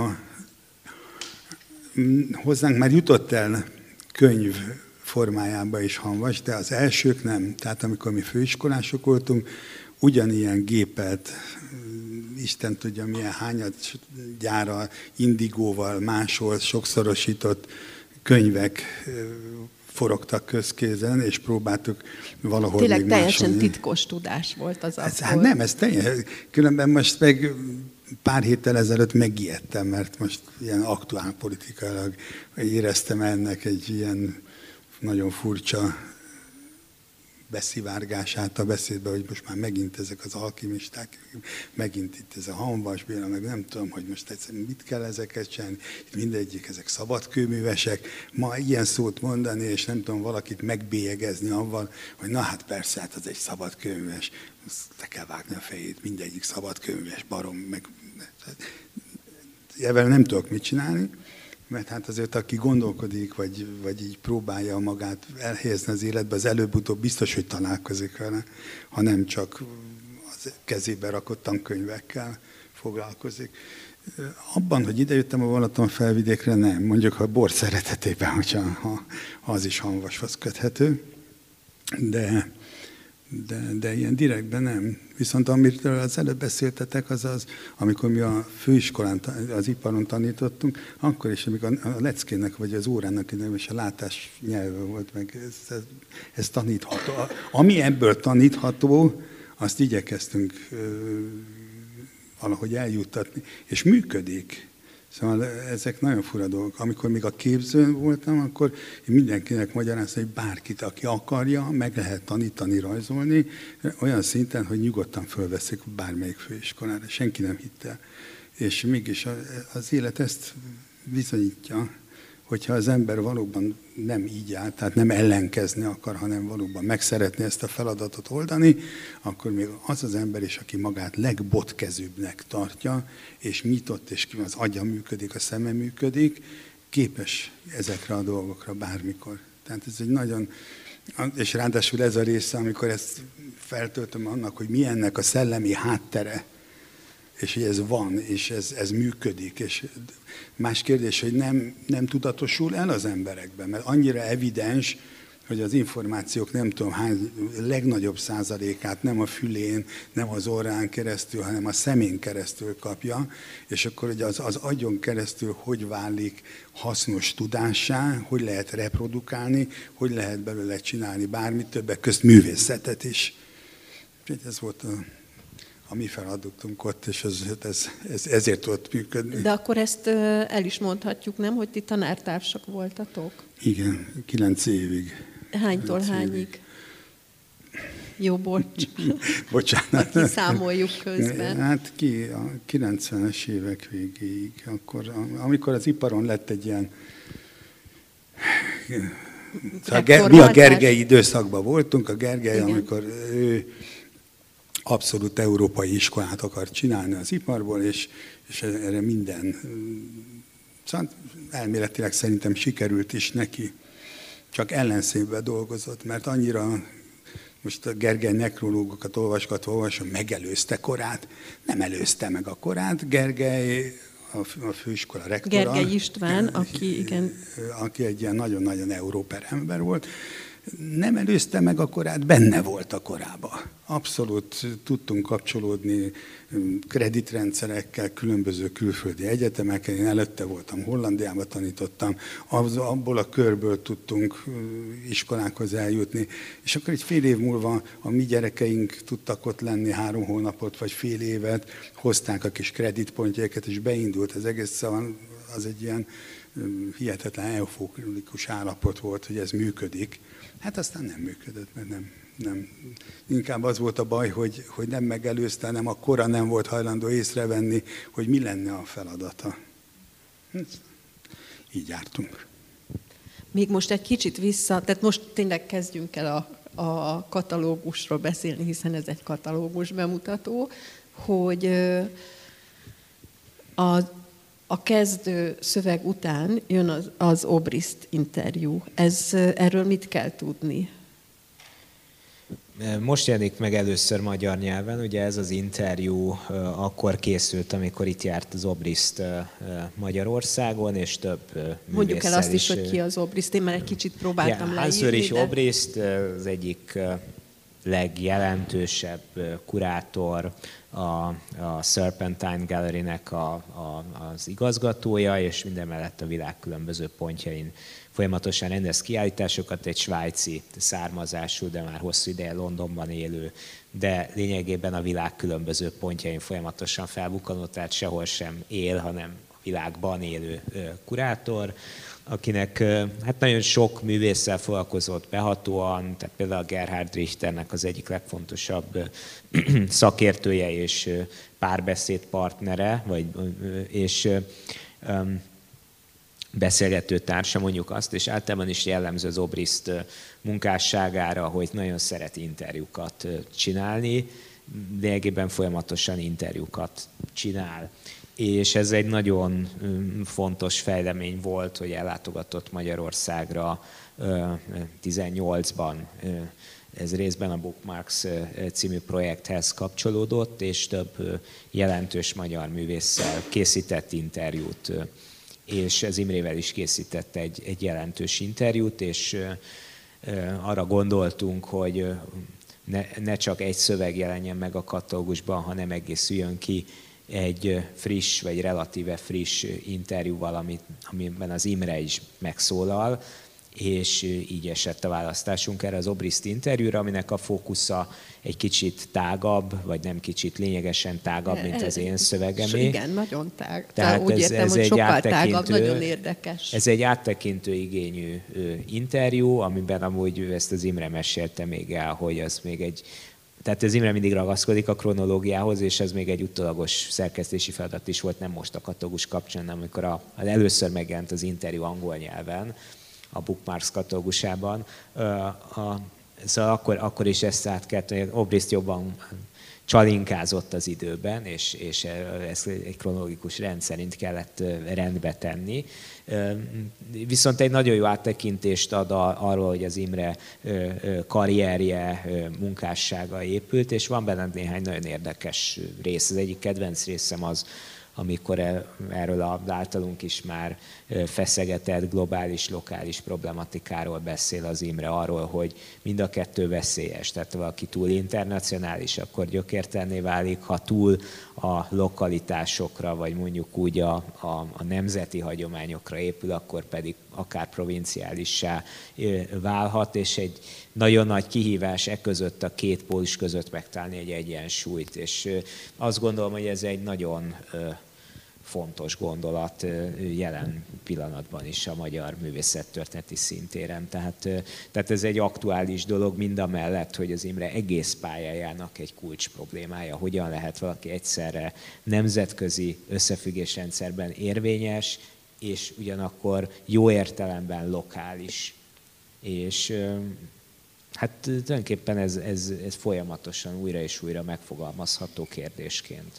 hozzánk már jutott el könyv formájába is Hamvas, de az elsők nem. Tehát amikor mi főiskolások voltunk, ugyanilyen gépet, Isten tudja milyen hányadgyára, indigóval, máshol sokszorosított könyvek forogtak közkézen, és próbáltuk valahol tényleg még teljesen másolni. Titkos tudás volt az akkor. Hát nem, ez teljesen. Különben most meg pár héttel ezelőtt megijedtem, mert most ilyen aktuálpolitikailag éreztem ennek egy ilyen nagyon furcsa beszivárgását a beszédbe, hogy most már megint ezek az alkimisták, megint itt ez a Hamvas Béla, meg nem tudom, hogy most egyszerűen mit kell ezeket csinálni, itt mindegyik ezek szabadkőművesek, ma ilyen szót mondani, és nem tudom, valakit megbélyegezni avval, hogy na hát persze, hát az egy szabadkőműves, te kell vágni a fejét, mindegyik szabadkőműves barom, meg ezzel nem tudok mit csinálni, mert hát azért aki gondolkodik, vagy így próbálja magát elhelyezni az életbe, az előbb-utóbb biztos, hogy találkozik vele, ha nem csak az kezébe rakott tankönyvekkel foglalkozik. Abban, hogy idejöttem a Balatonfelvidékre, nem. Mondjuk a bor szeretetében, hogyha az is Hamvashoz köthető, de ilyen direktben nem. Viszont amiről az előbb beszéltetek, az, amikor mi a főiskolán, az iparon tanítottunk, akkor is, amikor a leckének vagy az órának és a látás nyelve volt, meg ez tanítható. Ami ebből tanítható, azt igyekeztünk valahogy eljuttatni, és működik. Szóval ezek nagyon fura dolgok. Amikor még a képzőn voltam, akkor én mindenkinek magyaráztam, hogy bárkit, aki akarja, meg lehet tanítani, rajzolni, olyan szinten, hogy nyugodtan fölveszik bármelyik főiskolára. Senki nem hitte. És mégis az élet ezt bizonyítja, hogyha az ember valóban nem így áll, tehát nem ellenkezni akar, hanem valóban meg szeretné ezt a feladatot oldani, akkor még az ember is, aki magát legbotkezűbbnek tartja, és nyitott, és az agya működik, a szeme működik, képes ezekre a dolgokra bármikor. Tehát ez egy nagyon, és ráadásul ez a része, amikor ezt feltöltöm annak, hogy mi ennek a szellemi háttere, és hogy ez van, és ez működik. És más kérdés, hogy nem tudatosul el az emberekben, mert annyira evidens, hogy az információk nem tudom hány, legnagyobb százalékát nem a fülén, nem az orrán keresztül, hanem a szemén keresztül kapja, és akkor ugye az agyon keresztül hogy válik hasznos tudássá, hogy lehet reprodukálni, hogy lehet belőle csinálni bármit, többek közt művészetet is. Ez volt a mi feladatunk ott, és ez ezért tudott működni. De akkor ezt el is mondhatjuk, nem, hogy ti tanártársak voltatok? Igen, 9 évig. Hánytól hányig? Jó, bocsánat. Kiszámoljuk közben. Hát a 90-es évek végéig. Akkor, amikor az iparon lett egy ilyen... Mi a Gergely időszakban voltunk, a Gergely, igen. Amikor ő abszolút európai iskolát akart csinálni az iparból, és erre minden... Szóval elméletileg szerintem sikerült is neki. Csak ellenszénben dolgozott, mert annyira, most a Gergely nekrológokat olvasom, megelőzte korát. Nem előzte meg a korát. Gergely, a főiskola rektora. Gergely István, aki egy ilyen nagyon-nagyon európer ember volt. Nem előzte meg a korát, benne volt a korába. Abszolút tudtunk kapcsolódni kreditrendszerekkel, különböző külföldi egyetemeken. Én előtte voltam, Hollandiában tanítottam, abból a körből tudtunk iskolákhoz eljutni. És akkor egy fél év múlva a mi gyerekeink tudtak ott lenni 3 hónapot vagy fél évet, hozták a kis kreditpontjaikat, és beindult az egész, szóval az egy ilyen hihetetlen euforikus állapot volt, hogy ez működik. Hát aztán nem működött, mert nem. Inkább az volt a baj, hogy nem megelőzte, hanem a kora nem volt hajlandó észrevenni, hogy mi lenne a feladata. Így jártunk. Még most egy kicsit vissza, tehát most tényleg kezdjünk el a katalógusról beszélni, hiszen ez egy katalógus bemutató, hogy a kezdő szöveg után jön az Obrist interjú. Erről mit kell tudni? Most jelenik meg először magyar nyelven, ugye ez az interjú akkor készült, amikor itt járt az Obrist Magyarországon, és több művésszel is. Mondjuk el azt is, hogy ki az Obrist, én már egy kicsit próbáltam leírni. Hans-Ulrich Obrist az egyik legjelentősebb kurátor, a Serpentine Gallery-nek az igazgatója, és mindemellett a világ különböző pontjain folyamatosan rendez kiállításokat, egy svájci származású, de már hosszú ideje Londonban élő, de lényegében a világ különböző pontjain folyamatosan felbukkanó, tehát sehol sem él, hanem a világban élő kurátor, akinek hát nagyon sok művésszel foglalkozott behatóan, tehát például Gerhard Richternek az egyik legfontosabb szakértője és párbeszédpartnere, és beszélgető társa, mondjuk azt, és általában is jellemző az Obrist munkásságára, hogy nagyon szeret interjúkat csinálni, lényegében folyamatosan interjúkat csinál. És ez egy nagyon fontos fejlemény volt, hogy ellátogatott Magyarországra 18-ban. Ez részben a Bookmarks című projekthez kapcsolódott, és több jelentős magyar művésszel készített interjút. És ez Imrével is készített egy jelentős interjút, és arra gondoltunk, hogy ne csak egy szöveg jelenjen meg a katalógusban, hanem egészüljön ki egy friss, vagy relatíve friss interjúval, amiben az Imre is megszólal, és így esett a választásunk erre az Obrist interjúra, aminek a fókusza egy kicsit tágabb, vagy nem kicsit, lényegesen tágabb, mint az én szövegemé. Igen, nagyon tág. Tehát úgy értem, hogy sokkal tágabb, nagyon érdekes. Ez egy áttekintő igényű interjú, amiben amúgy ezt az Imre mesélte még el, hogy az még egy... Tehát az Imre mindig ragaszkodik a kronológiához, és ez még egy utólagos szerkesztési feladat is volt, nem most a katalógus kapcsán, amikor először megjelent az interjú angol nyelven, a Bookmarks katalógusában. Szóval akkor is ezt át kellett, hogy Obrist jobban csalinkázott az időben, és ezt egy kronológikus rend szerint kellett rendbe tenni. Viszont egy nagyon jó áttekintést ad arról, hogy az Imre karrierje, munkássága épült, és van benne néhány nagyon érdekes rész. Az egyik kedvenc részem az, amikor erről az általunk is már feszegetett globális, lokális problematikáról beszél az Imre, arról, hogy mind a kettő veszélyes. Tehát valaki túl internacionális, akkor gyökértelenné válik, ha túl a lokalitásokra, vagy mondjuk úgy a nemzeti hagyományokra épül, akkor pedig akár provinciálissá válhat, és egy nagyon nagy kihívás között, a két pólus között megtalálni egy egyensúlyt. És azt gondolom, hogy ez egy nagyon fontos gondolat jelen pillanatban is a magyar művészettörténeti szintéren. Tehát ez egy aktuális dolog, mindamellett, hogy az Imre egész pályájának egy kulcs problémája. Hogyan lehet valaki egyszerre nemzetközi összefüggésrendszerben érvényes, és ugyanakkor jó értelemben lokális. És hát tulajdonképpen ez folyamatosan újra és újra megfogalmazható kérdésként.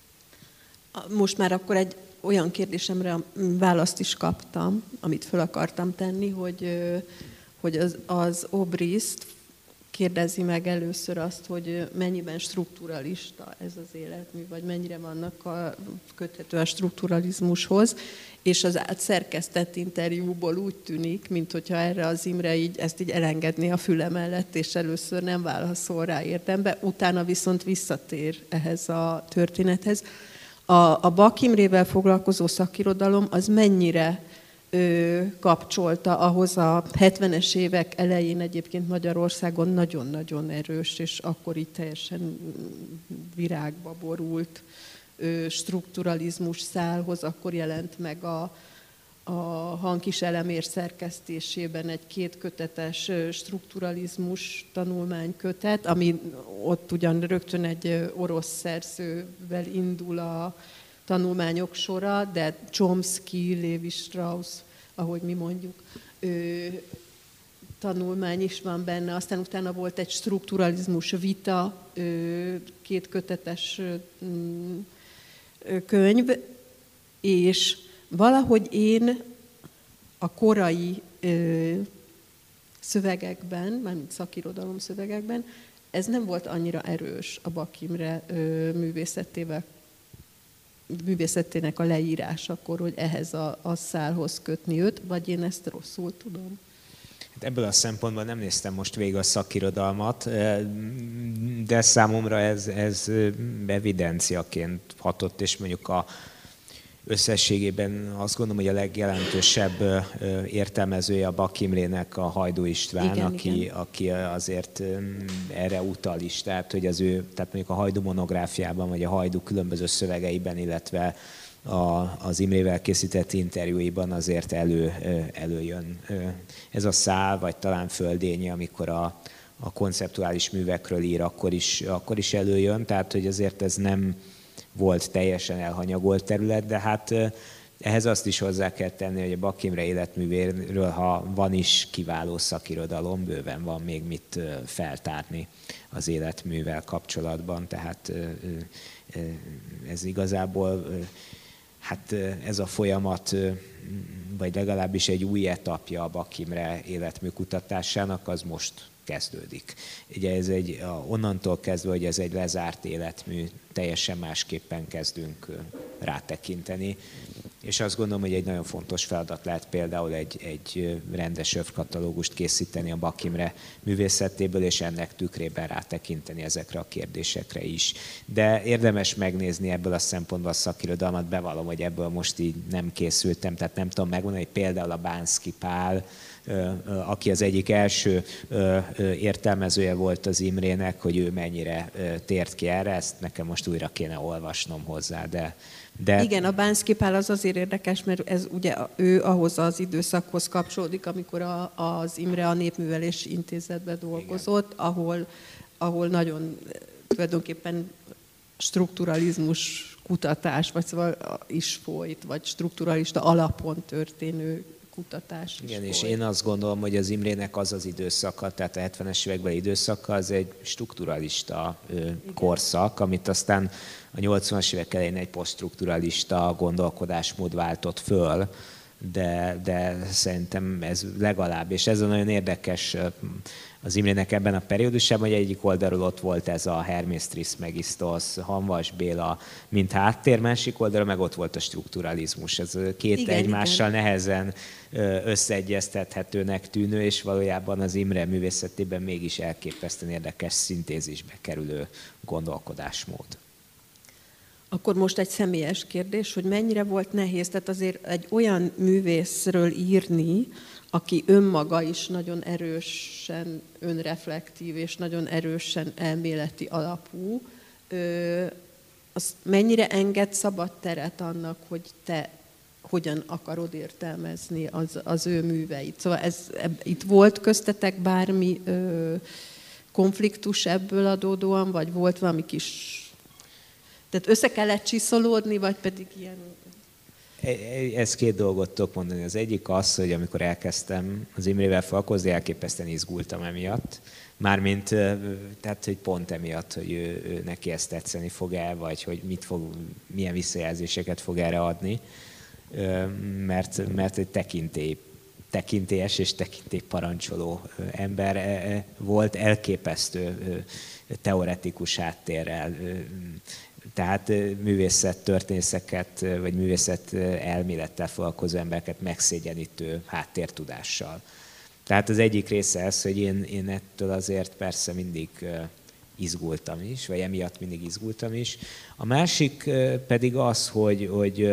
Most már akkor egy olyan kérdésemre választ is kaptam, amit föl akartam tenni, hogy az Obriszt kérdezi meg először azt, hogy mennyiben strukturalista ez az életmű, vagy mennyire vannak köthető a strukturalizmushoz, és az átszerkesztett interjúból úgy tűnik, minthogyha erre az Imre ezt így elengedné a füle mellett, és először nem válaszol rá érdembe, utána viszont visszatér ehhez a történethez. A Bak Imrével foglalkozó szakirodalom az mennyire kapcsolta ahhoz a 70-es évek elején egyébként Magyarországon nagyon-nagyon erős, és akkor így teljesen virágba borult strukturalizmus szálhoz, akkor jelent meg a Hankis Elemér szerkesztésében egy 2 kötetes strukturalizmus tanulmánykötet, ami ott ugyan rögtön egy orosz szerzővel indul a tanulmányok sora, de Chomsky, Lévi-Strauss, ahogy mi mondjuk, tanulmány is van benne. Aztán utána volt egy strukturalizmus vita, 2 kötetes könyv, és valahogy én a korai szövegekben, mármint szakirodalom szövegekben, ez nem volt annyira erős a Bak Imre művészetének a leírásakor, hogy ehhez a szálhoz kötni őt, vagy én ezt rosszul tudom? Ebből a szempontból nem néztem most végig a szakirodalmat, de számomra ez evidenciaként hatott, és mondjuk összességében azt gondolom, hogy a legjelentősebb értelmezője a Bak Imrének a Hajdú István, aki azért erre utal is, tehát hogy tehát mondjuk a Hajdú monográfiában, vagy a Hajdú különböző szövegeiben, illetve az Imrével készített interjúiban azért előjön ez a szál, vagy talán Földényi, amikor a konceptuális művekről ír, akkor is előjön, tehát hogy azért ez nem volt teljesen elhanyagolt terület, de hát ehhez azt is hozzá kell tenni, hogy a Bak Imre életművéről, ha van is kiváló szakirodalom, bőven van még mit feltárni az életművel kapcsolatban, tehát ez igazából, hát ez a folyamat, vagy legalábbis egy új etapja a Bak Imre életmű kutatásának, az most kezdődik. Ugye ez onnantól kezdve, hogy ez egy lezárt életmű, teljesen másképpen kezdünk rátekinteni. És azt gondolom, hogy egy nagyon fontos feladat lehet például egy rendes övkatalógust készíteni a Bak Imre művészetéből, és ennek tükrében rátekinteni ezekre a kérdésekre is. De érdemes megnézni ebből a szempontból a szakirodalmat, bevallom, hogy ebből most így nem készültem, tehát nem tudom megmondani, hogy például a Bánszky Pál, aki az egyik első értelmezője volt az Imrének, hogy ő mennyire tért ki erre, ezt nekem most újra kéne olvasnom hozzá, de... Igen, a Bánszky Pál az azért érdekes, mert ez ugye ő ahhoz az időszakhoz kapcsolódik, amikor az Imre a Népművelési Intézetben dolgozott, ahol nagyon tulajdonképpen strukturalizmus kutatás, vagy szóval is folyt, vagy strukturalista alapon történő kutatás is. Igen, és én azt gondolom, hogy az Imrének az az időszaka, tehát a 70-es évekbeli időszaka, az egy strukturalista korszak, amit aztán a 80-as évek elején egy posztstrukturalista gondolkodásmód váltott föl, de szerintem ez legalább, és ez a nagyon érdekes az Imrének ebben a periódusában, hogy egyik oldalról ott volt ez a Hermész Trismegistos, Hamvas Béla, mint háttér, másik oldalról meg ott volt a strukturalizmus. Ez két egymással nehezen összeegyeztethetőnek tűnő, és valójában az Imre művészetében mégis elképesztően érdekes szintézisbe kerülő gondolkodásmód. Akkor most egy személyes kérdés, hogy mennyire volt nehéz, tehát azért egy olyan művészről írni, aki önmaga is nagyon erősen önreflektív és nagyon erősen elméleti alapú, az mennyire enged szabad teret annak, hogy te hogyan akarod értelmezni az ő műveit. Szóval itt volt köztetek bármi konfliktus ebből adódóan, vagy volt valami kis... Tehát össze kellett csiszolódni, vagy pedig ilyen... Ez két dolgot tudok mondani. Az egyik az, hogy amikor elkezdtem az Imrével foglalkozni, elképesztően izgultam emiatt. Mármint, tehát, hogy pont emiatt, hogy ő neki ezt tetszeni fog-e, vagy hogy milyen visszajelzéseket fog erre adni. Mert egy tekintélyes és tekintélyparancsoló ember volt, elképesztő teoretikus háttérrel. Tehát művészettörténészeket, vagy művészet elmélettel foglalkozó embereket megszégyenítő háttértudással. Tehát az egyik része ez, hogy én ettől azért persze mindig izgultam is, vagy emiatt mindig izgultam is. A másik pedig az, hogy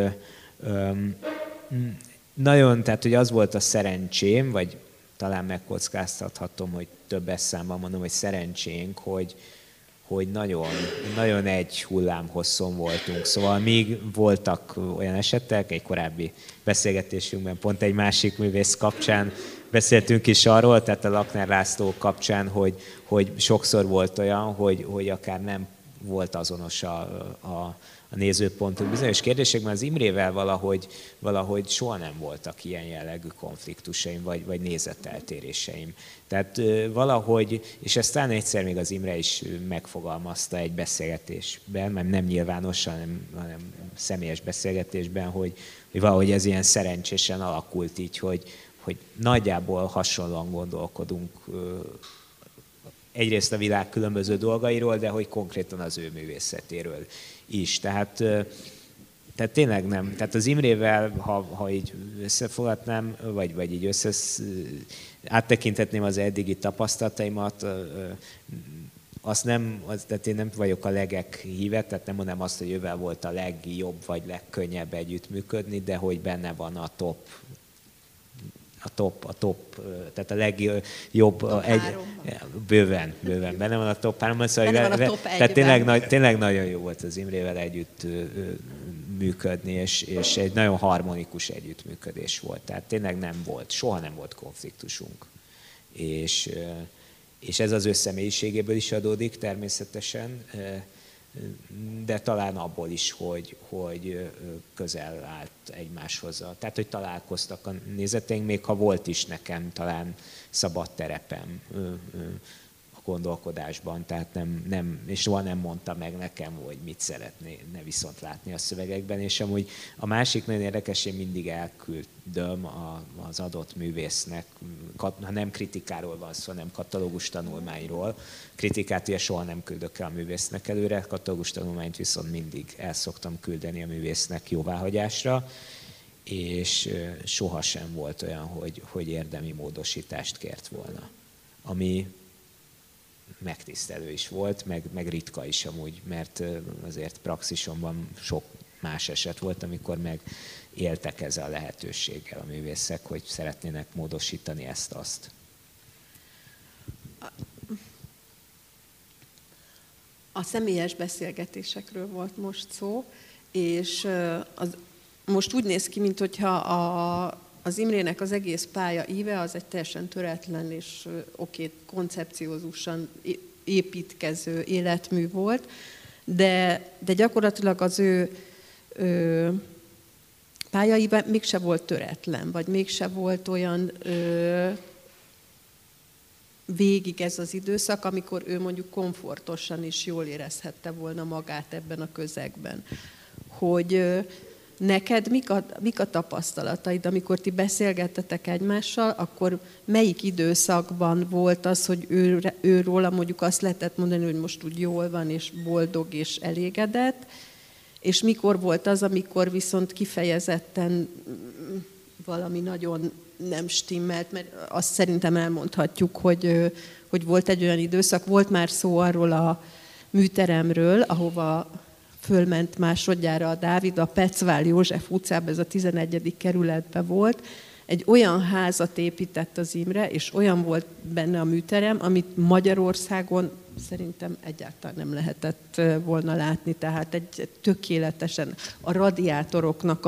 nagyon, tehát hogy az volt a szerencsém, vagy talán megkockáztathatom, hogy többes számban mondom, hogy szerencsénk, hogy nagyon egy hullámhosszon voltunk. Szóval még voltak olyan esetek, egy korábbi beszélgetésünkben pont egy másik művész kapcsán beszéltünk is arról, tehát a Lakner László kapcsán, hogy sokszor volt olyan, hogy akár nem volt azonos a nézőpontunk bizonyos kérdésekben. Az Imrével valahogy soha nem voltak ilyen jellegű konfliktusaim, vagy nézeteltéréseim. Tehát valahogy, és ezt talán egyszer még az Imre is megfogalmazta egy beszélgetésben, mert nem nyilvánosan, hanem személyes beszélgetésben, hogy valahogy ez ilyen szerencsésen alakult így, hogy nagyjából hasonlóan gondolkodunk egyrészt a világ különböző dolgairól, de hogy konkrétan az ő művészetéről is. Tehát tényleg nem. Tehát az Imrével, ha így összefoghatnám, vagy így áttekinthetném az eddigi tapasztalataimat, tehát én nem vagyok a legek híve, tehát nem mondom azt, hogy ővel volt a legjobb vagy legkönnyebb együttműködni, de hogy benne van a top, tehát a legjobb, bőven benne van a top 3-ban, szóval tehát tényleg nagyon jó volt az Imrével együtt működni, és egy nagyon harmonikus együttműködés volt. Tehát tényleg soha nem volt konfliktusunk. És ez az ő személyiségéből is adódik természetesen, de talán abból is, hogy közel állt egymáshoz. Tehát, hogy találkoztak a nézeteink, még ha volt is nekem talán szabad terepem a gondolkodásban, tehát és soha nem mondta meg nekem, hogy mit szeretné viszont látni a szövegekben, és amúgy a másik nagyon érdekes, én mindig elküldöm az adott művésznek, ha nem kritikáról van szó, hanem katalógus tanulmányról. Kritikát ugye soha nem küldök el a művésznek előre, katalógus tanulmányt viszont mindig el szoktam küldeni a művésznek jóváhagyásra, és sohasem volt olyan, hogy érdemi módosítást kért volna. Ami megtisztelő is volt, meg ritka is amúgy, mert azért praxisomban sok más eset volt, amikor meg éltek ezzel a lehetőséggel a művészek, hogy szeretnének módosítani ezt-azt. A személyes beszélgetésekről volt most szó, és most úgy néz ki, mintha az Imrének az egész pálya íve az egy teljesen töretlen és koncepciózusan építkező életmű volt, de gyakorlatilag az ő pályaíve mégse volt töretlen, vagy mégse volt olyan végig ez az időszak, amikor ő mondjuk komfortosan is jól érezhette volna magát ebben a közegben. Hogy neked mik a tapasztalataid, amikor ti beszélgettetek egymással, akkor melyik időszakban volt az, hogy őróla mondjuk azt lehetett mondani, hogy most úgy jól van, és boldog, és elégedett, és mikor volt az, amikor viszont kifejezetten valami nagyon nem stimmelt, mert azt szerintem elmondhatjuk, hogy volt egy olyan időszak, volt már szó arról a műteremről, ahova fölment másodjára a Dávid, a Pecvál József utcában, ez a 11. kerületben volt, egy olyan házat épített az Imre, és olyan volt benne a műterem, amit Magyarországon szerintem egyáltalán nem lehetett volna látni, tehát egy tökéletesen a radiátoroknak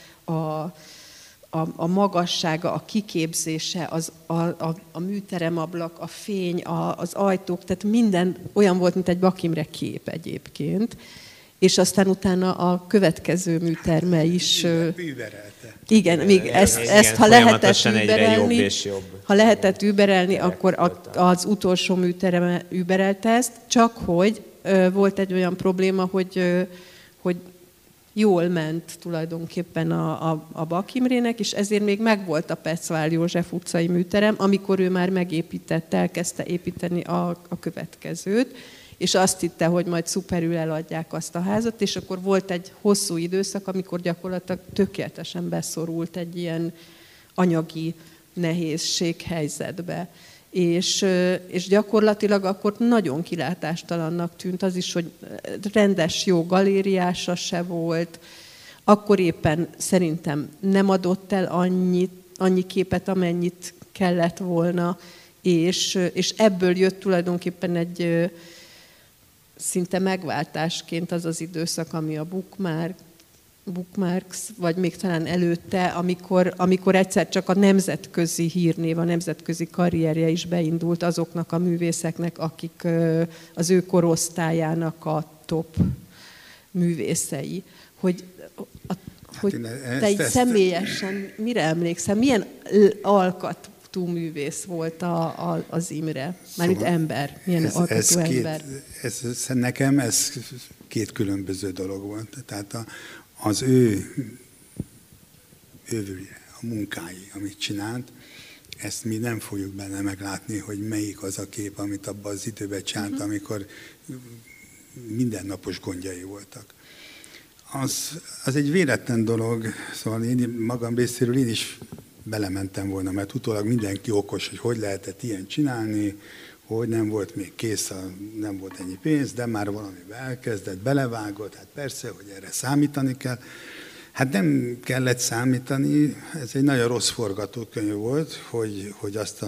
a magassága, a kiképzése, a műteremablak, a fény, az ajtók, tehát minden olyan volt, mint egy Bak Imre kép egyébként. És aztán utána a következő műterme is... Überelte. Igen, még ezt ha lehetett überelni, ha lehetett überelni, akkor az utolsó műterem überelte ezt, csak hogy volt egy olyan probléma, hogy jól ment tulajdonképpen a Bak Imrének, és ezért még megvolt a Pecvál József utcai műterem, amikor ő már megépítette, elkezdte építeni a következőt, és azt hitte, hogy majd szuperül eladják azt a házat, és akkor volt egy hosszú időszak, amikor gyakorlatilag tökéletesen beszorult egy ilyen anyagi nehézséghelyzetbe. És gyakorlatilag akkor nagyon kilátástalannak tűnt az is, hogy rendes jó galériása se volt, akkor éppen szerintem nem adott el annyi képet, amennyit kellett volna, és ebből jött tulajdonképpen egy szinte megváltásként az az időszak, ami a Bookmarks, vagy még talán előtte, amikor egyszer csak a nemzetközi hírnév, a nemzetközi karrierje is beindult azoknak a művészeknek, akik az ő korosztályának a top művészei. Hogy te így személyesen mire emlékszel? Milyen alkatú művész volt az Imre? Mármint szóval ember. Milyen alkatú ember? Nekem ez két különböző dolog volt. Tehát az ő a munkái, amit csinált, ezt mi nem fogjuk benne meglátni, hogy melyik az a kép, amit abban az időben csinált, amikor mindennapos gondjai voltak. Az egy véletlen dolog, szóval én magam részéről én is belementem volna, mert utólag mindenki okos, hogy lehetett ilyen csinálni, hogy nem volt még kész, nem volt ennyi pénz, de már valamivel elkezdett, belevágott, hát persze, hogy erre számítani kell. Hát nem kellett számítani, ez egy nagyon rossz forgatókönyv volt, hogy azt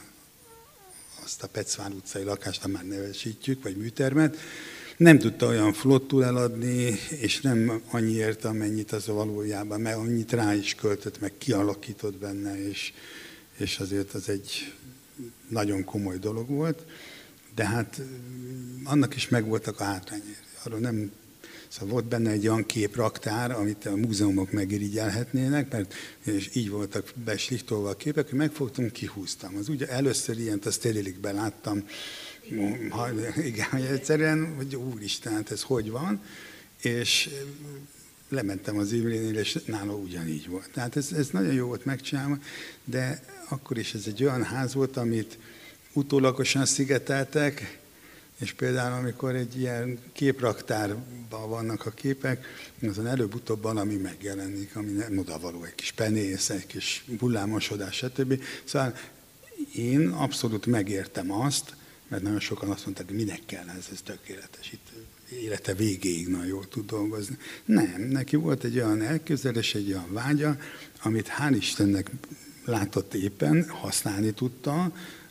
a Pecvál utcai lakást, már nevesítjük, vagy műtermet, nem tudta olyan flottul eladni, és nem annyiért, amennyit az valójában, mert annyit rá is költött, meg kialakított benne, és azért az egy nagyon komoly dolog volt, de hát annak is megvoltak a hátrányai. Arról nem, szóval volt benne egy olyan képraktár, amit a múzeumok megirigyelhetnének, mert és így voltak beslichtolva a képek, hogy megfogtam, kihúztam. Az ugye először ilyent a Sztérilikben láttam, igen, hogy egyszerűen, hogy úristen, hát ez hogy van, és lementem az Imrénél, és nála ugyanígy volt. Tehát ez nagyon jó volt megcsinálva, de akkor is ez egy olyan ház volt, amit utólagosan szigeteltek, és például amikor egy ilyen képraktárban vannak a képek, azon előbb-utóbb valami megjelenik, ami nem odavaló, egy kis penész, egy kis hullámosodás, stb. Szóval én abszolút megértem azt, mert nagyon sokan azt mondták, hogy minek kell ez tökéletes, itt élete végéig nagyon jól tud dolgozni. Nem, neki volt egy olyan elképzelés, egy olyan vágya, amit hál' Istennek látott éppen, használni tudta.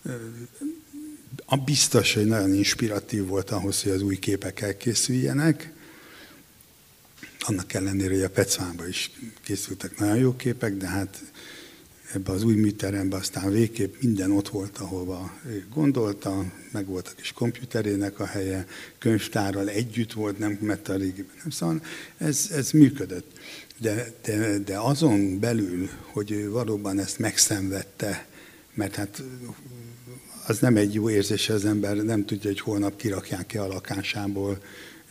A biztos, hogy nagyon inspiratív volt ahhoz, hogy az új képek elkészüljenek. Annak ellenére, hogy a Pecválban is készültek nagyon jó képek, de hát ebben az új műteremben aztán végképp minden ott volt, ahova ő gondolta, meg volt a kis komputerének a helye, könyvtárral együtt volt, nem mert a régiben. Szóval ez működött. De azon belül, hogy ő valóban ezt megszenvedte, mert hát az nem egy jó érzés, az ember nem tudja, hogy holnap kirakják ki a lakásából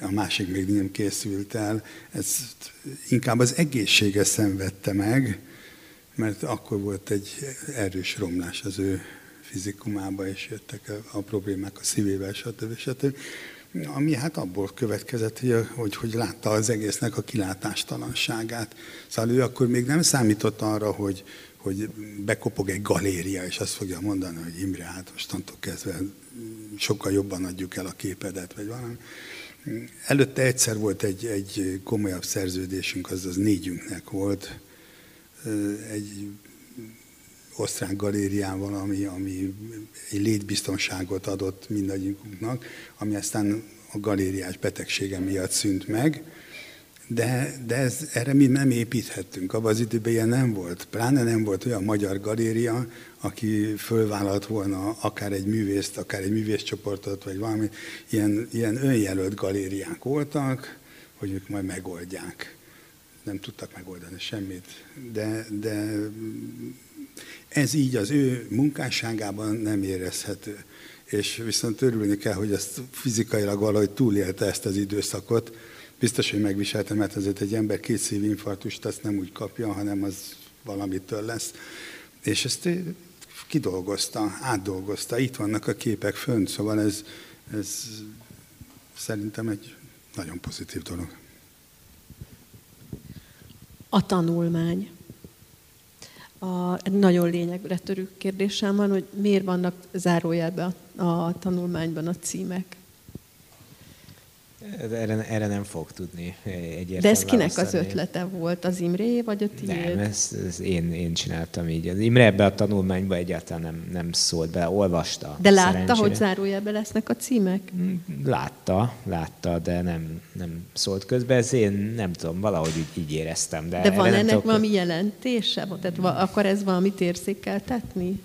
a másik még nem készült el. Ez inkább az egészsége szenvedte meg, mert akkor volt egy erős romlás az ő fizikumába, és jöttek a problémák a szívével, stb. Ami hát abból következett, hogy látta az egésznek a kilátástalanságát. Szóval ő akkor még nem számított arra, hogy bekopog egy galéria, és azt fogja mondani, hogy Imre, hát mostantól kezdve sokkal jobban adjuk el a képedet, vagy valami. Előtte egyszer volt egy komolyabb szerződésünk, az négyünknek volt, egy osztrák galériával, ami egy létbiztonságot adott mindannyiunknak, ami aztán a galériás betegsége miatt szűnt meg, de erre mi nem építhettünk. Abban az időben ilyen nem volt. Pláne nem volt olyan magyar galéria, aki fölvállalt volna akár egy művészt, akár egy művészcsoportot, vagy valami. Ilyen önjelölt galériák voltak, hogy ők majd megoldják. Nem tudtak megoldani semmit. De ez így az ő munkásságában nem érezhető. És viszont örülni kell, hogy ezt fizikailag valahogy túlélte ezt az időszakot. Biztos, hogy megviseltem, mert azért egy ember 2 szívinfarktust azt nem úgy kapja, hanem az valamitől lesz. És ezt kidolgozta, átdolgozta. Itt vannak a képek fönt, szóval ez szerintem egy nagyon pozitív dolog. A tanulmány. Nagyon lényegre törő kérdésem van, hogy miért vannak zárójelben a tanulmányban a címek? Erre nem fog tudni egyértelműen. De ez kinek az ötlete volt? Az Imré, vagy a tiéd? Nem, ez én csináltam így. Az Imre ebbe a tanulmányba egyáltalán nem szólt be, olvasta. De látta, hogy zárójelben lesznek a címek? Látta, de nem szólt közben. Ez én nem tudom, valahogy így éreztem. De van ennek valami jelentése? Tehát akar ez valamit érzékeltetni?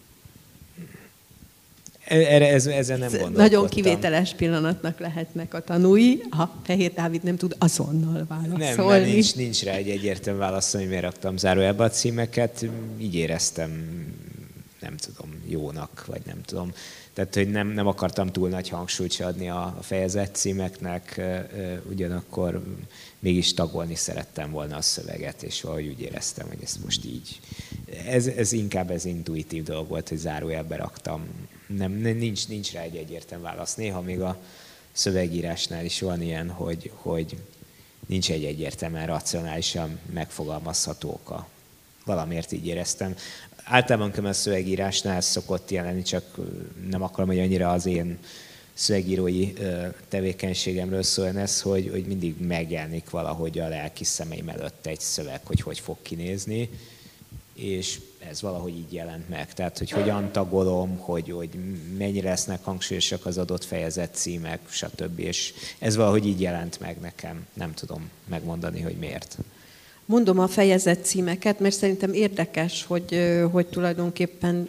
Ezen nem gondolkodtam. Nagyon kivételes pillanatnak lehetnek a tanúi, ha Fehér Dávid nem tud azonnal válaszolni. Nem, nincs rá egy egyértelmű válasz, hogy miért raktam zárójelbe a címeket. Így éreztem, nem tudom, jónak, vagy nem tudom. Tehát, hogy nem akartam túl nagy hangsúlyt se adni a fejezet címeknek, ugyanakkor mégis tagolni szerettem volna a szöveget, és valahogy úgy éreztem, hogy ezt most így. Ez inkább intuitív dolog volt, hogy zárójelbe raktam. Nincs rá egy egyértelmű válasz. Néha még a szövegírásnál is van ilyen, hogy nincs egy egyértelműen racionálisan megfogalmazható oka. Valamiért így éreztem. Általában a szövegírásnál szokott jelenni, csak nem akarom, hogy annyira az én szövegírói tevékenységemről szóljon ez, hogy mindig megjelenik valahogy a lelki szemeim előtt egy szöveg, hogy fog kinézni, és ez valahogy így jelent meg. Tehát, hogy hogyan tagolom, hogy mennyire lesznek hangsúlyosak az adott fejezet címek, stb. És ez valahogy így jelent meg nekem. Nem tudom megmondani, hogy miért. Mondom a fejezet címeket, mert szerintem érdekes, hogy tulajdonképpen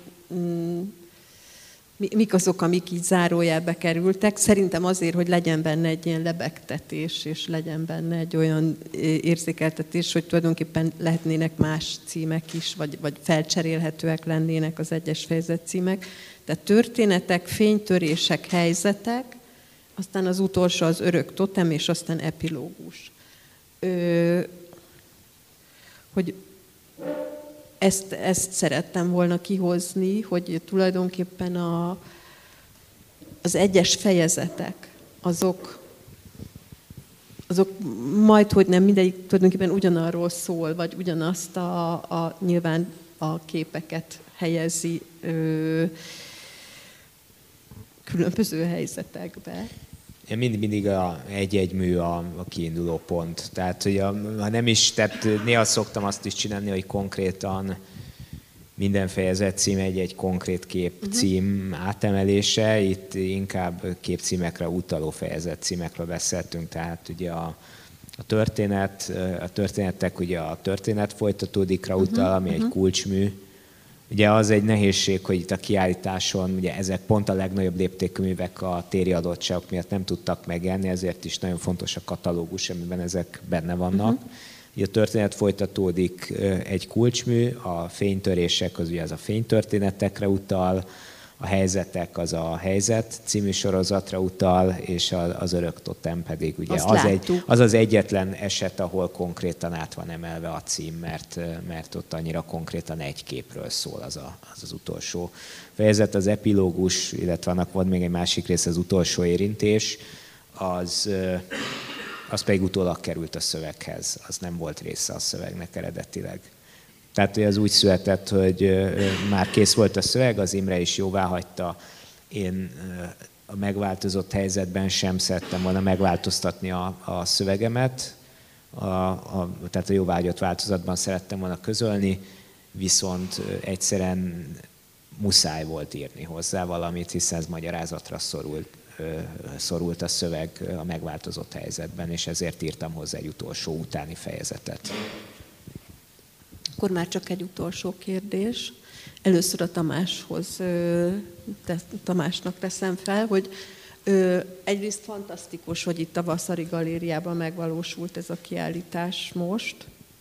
mik azok, amik így zárójelbe kerültek. Szerintem azért, hogy legyen benne egy ilyen lebegtetés, és legyen benne egy olyan érzékeltetés, hogy tulajdonképpen lehetnének más címek is, vagy felcserélhetőek lennének az egyes fejezet címek. Tehát történetek, fénytörések, helyzetek, aztán az utolsó az örök totem, és aztán epilógus. Hogy ezt szerettem volna kihozni, hogy tulajdonképpen az egyes fejezetek, azok majdhogy nem mindegyik tulajdonképpen ugyanarról szól, vagy ugyanazt nyilván a képeket helyezi különböző helyzetekbe. Mindig egy mű a kiinduló pont. Tehát, hogy ha nem is, tehát néha szoktam azt is csinálni, hogy konkrétan minden fejezet cím egy konkrét kép cím átemelése. Itt inkább képcímekre utaló fejezet címekről beszéltünk. Tehát ugye a történetek, ugye a történet folytatódikra utal, ami egy kulcsmű. Ugye az egy nehézség, hogy itt a kiállításon, ugye ezek pont a legnagyobb léptékű művek a téri adottságok miatt nem tudtak megjelenni, ezért is nagyon fontos a katalógus, amiben ezek benne vannak. Ugye a történet folytatódik egy kulcsmű, a fénytörések az ugye az a fénytörténetekre utal, a helyzetek az a Helyzet című sorozatra utal, és az Örök Totem pedig ugye az egyetlen eset, ahol konkrétan át van emelve a cím, mert ott annyira konkrétan egy képről szól az utolsó fejezet. Az epilógus, illetve annak volt még egy másik rész, az utolsó érintés, az pedig utólag került a szöveghez, az nem volt része a szövegnek eredetileg. Tehát hogy az úgy született, hogy már kész volt a szöveg, az Imre is jóváhagyta. Én a megváltozott helyzetben sem szerettem volna megváltoztatni a szövegemet, tehát a jóváhagyott változatban szerettem volna közölni, viszont egyszerűen muszáj volt írni hozzá valamit, hiszen ez magyarázatra szorult a szöveg a megváltozott helyzetben, és ezért írtam hozzá egy utolsó utáni fejezetet. Akkor már csak egy utolsó kérdés. Először a Tamásnak teszem fel, hogy egyrészt fantasztikus, hogy itt a Vasari Galériában megvalósult ez a kiállítás most,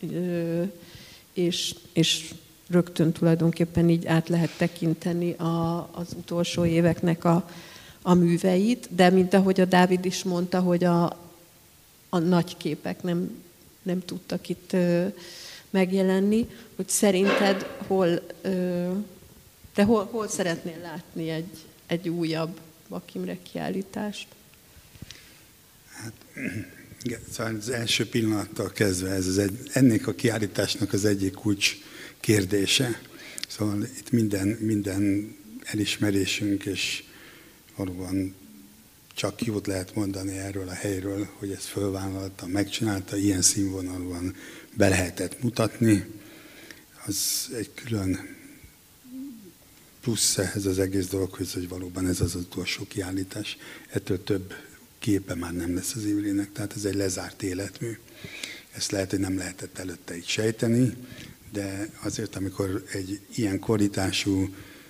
és rögtön tulajdonképpen így át lehet tekinteni az utolsó éveknek a műveit, de mint ahogy a Dávid is mondta, hogy a nagy képek nem tudtak itt megjelenni, hogy szerinted hol szeretnél látni egy újabb Bak Imre kiállítást? Hát, szóval az első pillanattól kezdve ennek a kiállításnak az egyik kulcs kérdése. Szóval itt minden elismerésünk, és valóban csak jót lehet mondani erről a helyről, hogy ezt fölvállalta, megcsinálta, ilyen színvonalúan be lehetett mutatni. Az egy külön plusz ehhez az egész dologhoz, hogy valóban ez az utolsó kiállítás. Ettől több képe már nem lesz az Imrének, tehát ez egy lezárt életmű. Ezt lehet, hogy nem lehetett előtte így sejteni, de azért, amikor egy ilyen korítású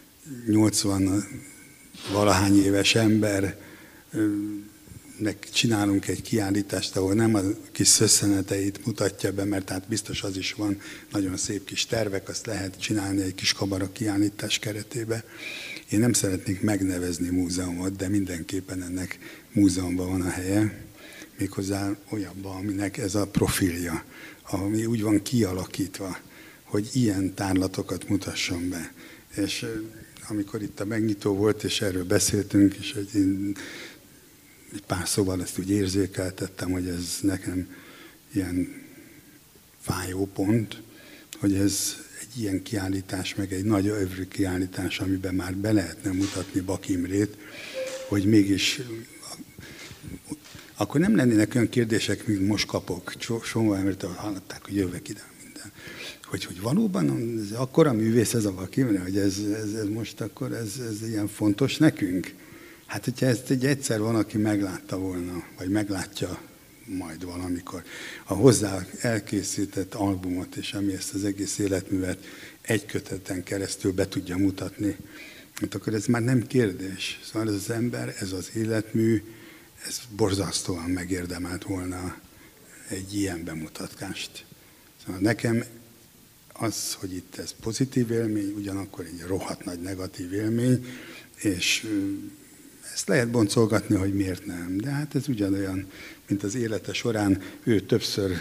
80-valahány éves embernek csinálunk egy kiállítást, ahol nem a kis szösszeneteit mutatja be, mert hát biztos az is van, nagyon szép kis tervek, azt lehet csinálni egy kis kabara kiállítás keretébe. Én nem szeretnék megnevezni múzeumot, de mindenképpen ennek múzeumban van a helye, méghozzá olyanban, aminek ez a profilja, ami úgy van kialakítva, hogy ilyen tárlatokat mutasson be. És amikor itt a megnyitó volt, és erről beszéltünk, és egy pár szóval ezt úgy érzékeltettem, hogy ez nekem ilyen fájó pont, hogy ez egy ilyen kiállítás, meg egy nagy övri kiállítás, amiben már be lehetne mutatni Bak Imrét, hogy mégis akkor nem lennének olyan kérdések, mint most kapok. Soha embertől hallották, hogy jövök ide minden. Hogy valóban akkora művész ez a Bak Imre, hogy ez most akkor ez ilyen fontos nekünk? Hát, hogyha ezt egyszer van, aki meglátta volna, vagy meglátja majd valamikor, a hozzá elkészített albumot, és ami ezt az egész életművet egy köteten keresztül be tudja mutatni, hát akkor ez már nem kérdés. Szóval ez az ember, ez az életmű, ez borzasztóan megérdemelt volna egy ilyen bemutatkást. Szóval nekem az, hogy itt ez pozitív élmény, ugyanakkor egy rohadt nagy negatív élmény, és ezt lehet boncolgatni, hogy miért nem. De hát ez ugyanolyan, mint az élete során ő többször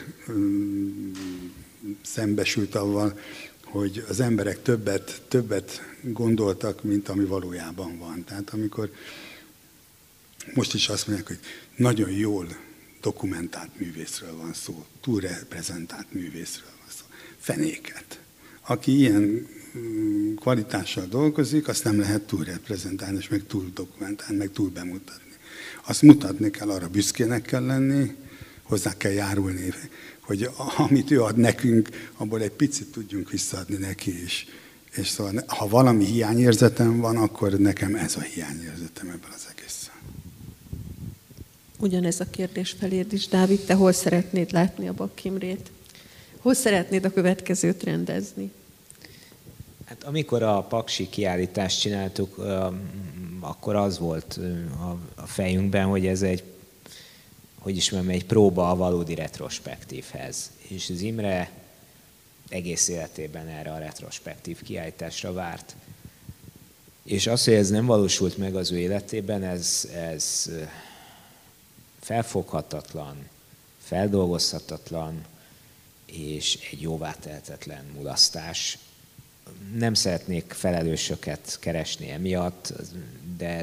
szembesült avval, hogy az emberek többet gondoltak, mint ami valójában van. Tehát amikor most is azt mondják, hogy nagyon jól dokumentált művészről van szó, túlreprezentált művészről van szó. Fenéket. Aki ilyen kvalitással dolgozik, azt nem lehet túlreprezentálni, és meg túl dokumentálni, meg túl bemutatni. Azt mutatni kell, arra büszkének kell lenni, hozzá kell járulni, hogy amit ő ad nekünk, abból egy picit tudjunk visszaadni neki is. És szóval, ha valami hiányérzetem van, akkor nekem ez a hiányérzetem ebből az egészen. Ugyanez a kérdés feléd is, Dávid, te hol szeretnéd látni a Bak Imrét? Hol szeretnéd a következőt rendezni? Hát amikor a Paksi kiállítást csináltuk, akkor az volt a fejünkben, hogy ez egy próba a valódi retrospektívhez. És az Imre egész életében erre a retrospektív kiállításra várt. És az, hogy ez nem valósult meg az ő életében, ez felfoghatatlan, feldolgozhatatlan, és egy jóvá tehetetlen mulasztás. Nem szeretnék felelősöket keresni emiatt, de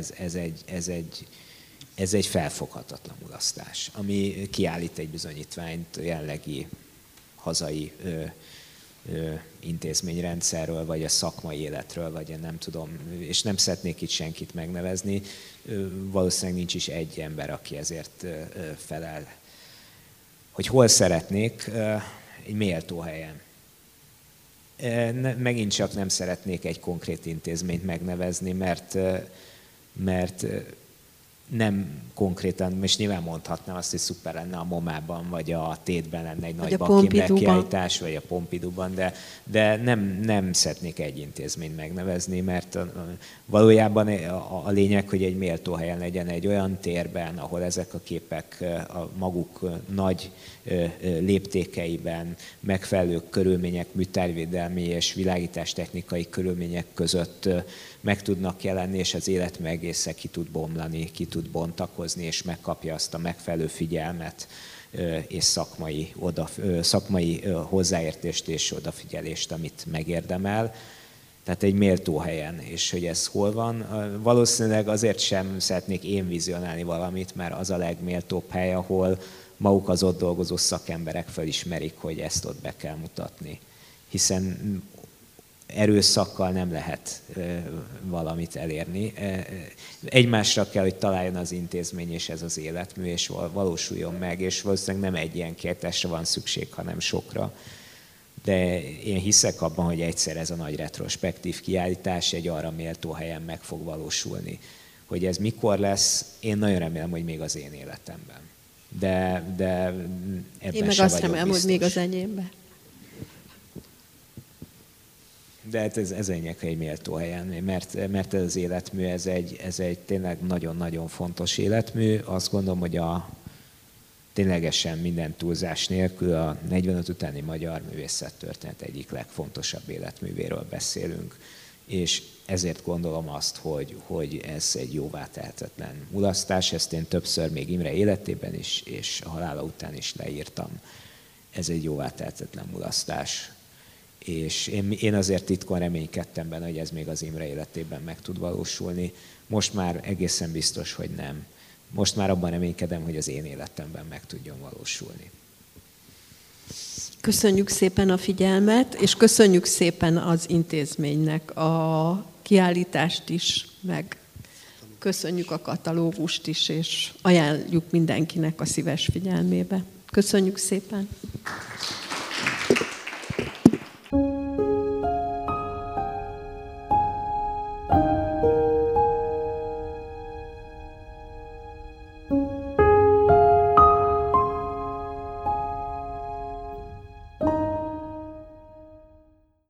ez egy felfoghatatlan mulasztás, ami kiállít egy bizonyítványt a jelenlegi hazai intézményrendszerről, vagy a szakmai életről, vagy én nem tudom, és nem szeretnék itt senkit megnevezni. Valószínűleg nincs is egy ember, aki ezért felel. Hogy hol szeretnék? Egy méltó helyen. Megint csak nem szeretnék egy konkrét intézményt megnevezni, mert nem konkrétan, és nyilván mondhatnám azt, hogy szuper lenne a MoMA-ban, vagy a Tétben lenne egy nagy Buck-Imre kiállítás, vagy a Pompidouban, de nem szeretnék egy intézményt megnevezni, mert valójában a lényeg, hogy egy méltó helyen legyen, egy olyan térben, ahol ezek a képek a maguk nagy léptékeiben, megfelelő körülmények, műtárgyvédelmi és világítástechnikai körülmények között meg tudnak jelenni, és az élet egészen ki tud bomlani, ki tud bontakozni, és megkapja azt a megfelelő figyelmet és szakmai hozzáértést és odafigyelést, amit megérdemel. Tehát egy méltó helyen. És hogy ez hol van? Valószínűleg azért sem szeretnék én vizionálni valamit, mert az a legméltóbb hely, ahol maguk az ott dolgozó szakemberek felismerik, hogy ezt ott be kell mutatni. Hiszen erőszakkal nem lehet valamit elérni. Egymásra kell, hogy találjon az intézmény és ez az életmű, és valósuljon meg, és valószínűleg nem egy ilyen kiállításra van szükség, hanem sokra. De én hiszek abban, hogy egyszer ez a nagy retrospektív kiállítás egy arra méltó helyen meg fog valósulni. Hogy ez mikor lesz, én nagyon remélem, hogy még az én életemben. De ebben én meg azt remélem, hogy még az enyémben. De hát ez egy méltó helyen, mert ez az életmű, ez egy tényleg nagyon-nagyon fontos életmű. Azt gondolom, hogy ténylegesen minden túlzás nélkül a 45 utáni magyar művészettörténet egyik legfontosabb életművéről beszélünk. És ezért gondolom azt, hogy ez egy jóvá tehetetlen mulasztás. Ezt én többször még Imre életében is, és a halála után is leírtam. Ez egy jóvá tehetetlen mulasztás. És én azért titkon reménykedtem benne, hogy ez még az Imre életében meg tud valósulni. Most már egészen biztos, hogy nem. Most már abban reménykedem, hogy az én életemben meg tudjon valósulni. Köszönjük szépen a figyelmet, és köszönjük szépen az intézménynek a kiállítást is, meg köszönjük a katalógust is, és ajánljuk mindenkinek a szíves figyelmébe. Köszönjük szépen!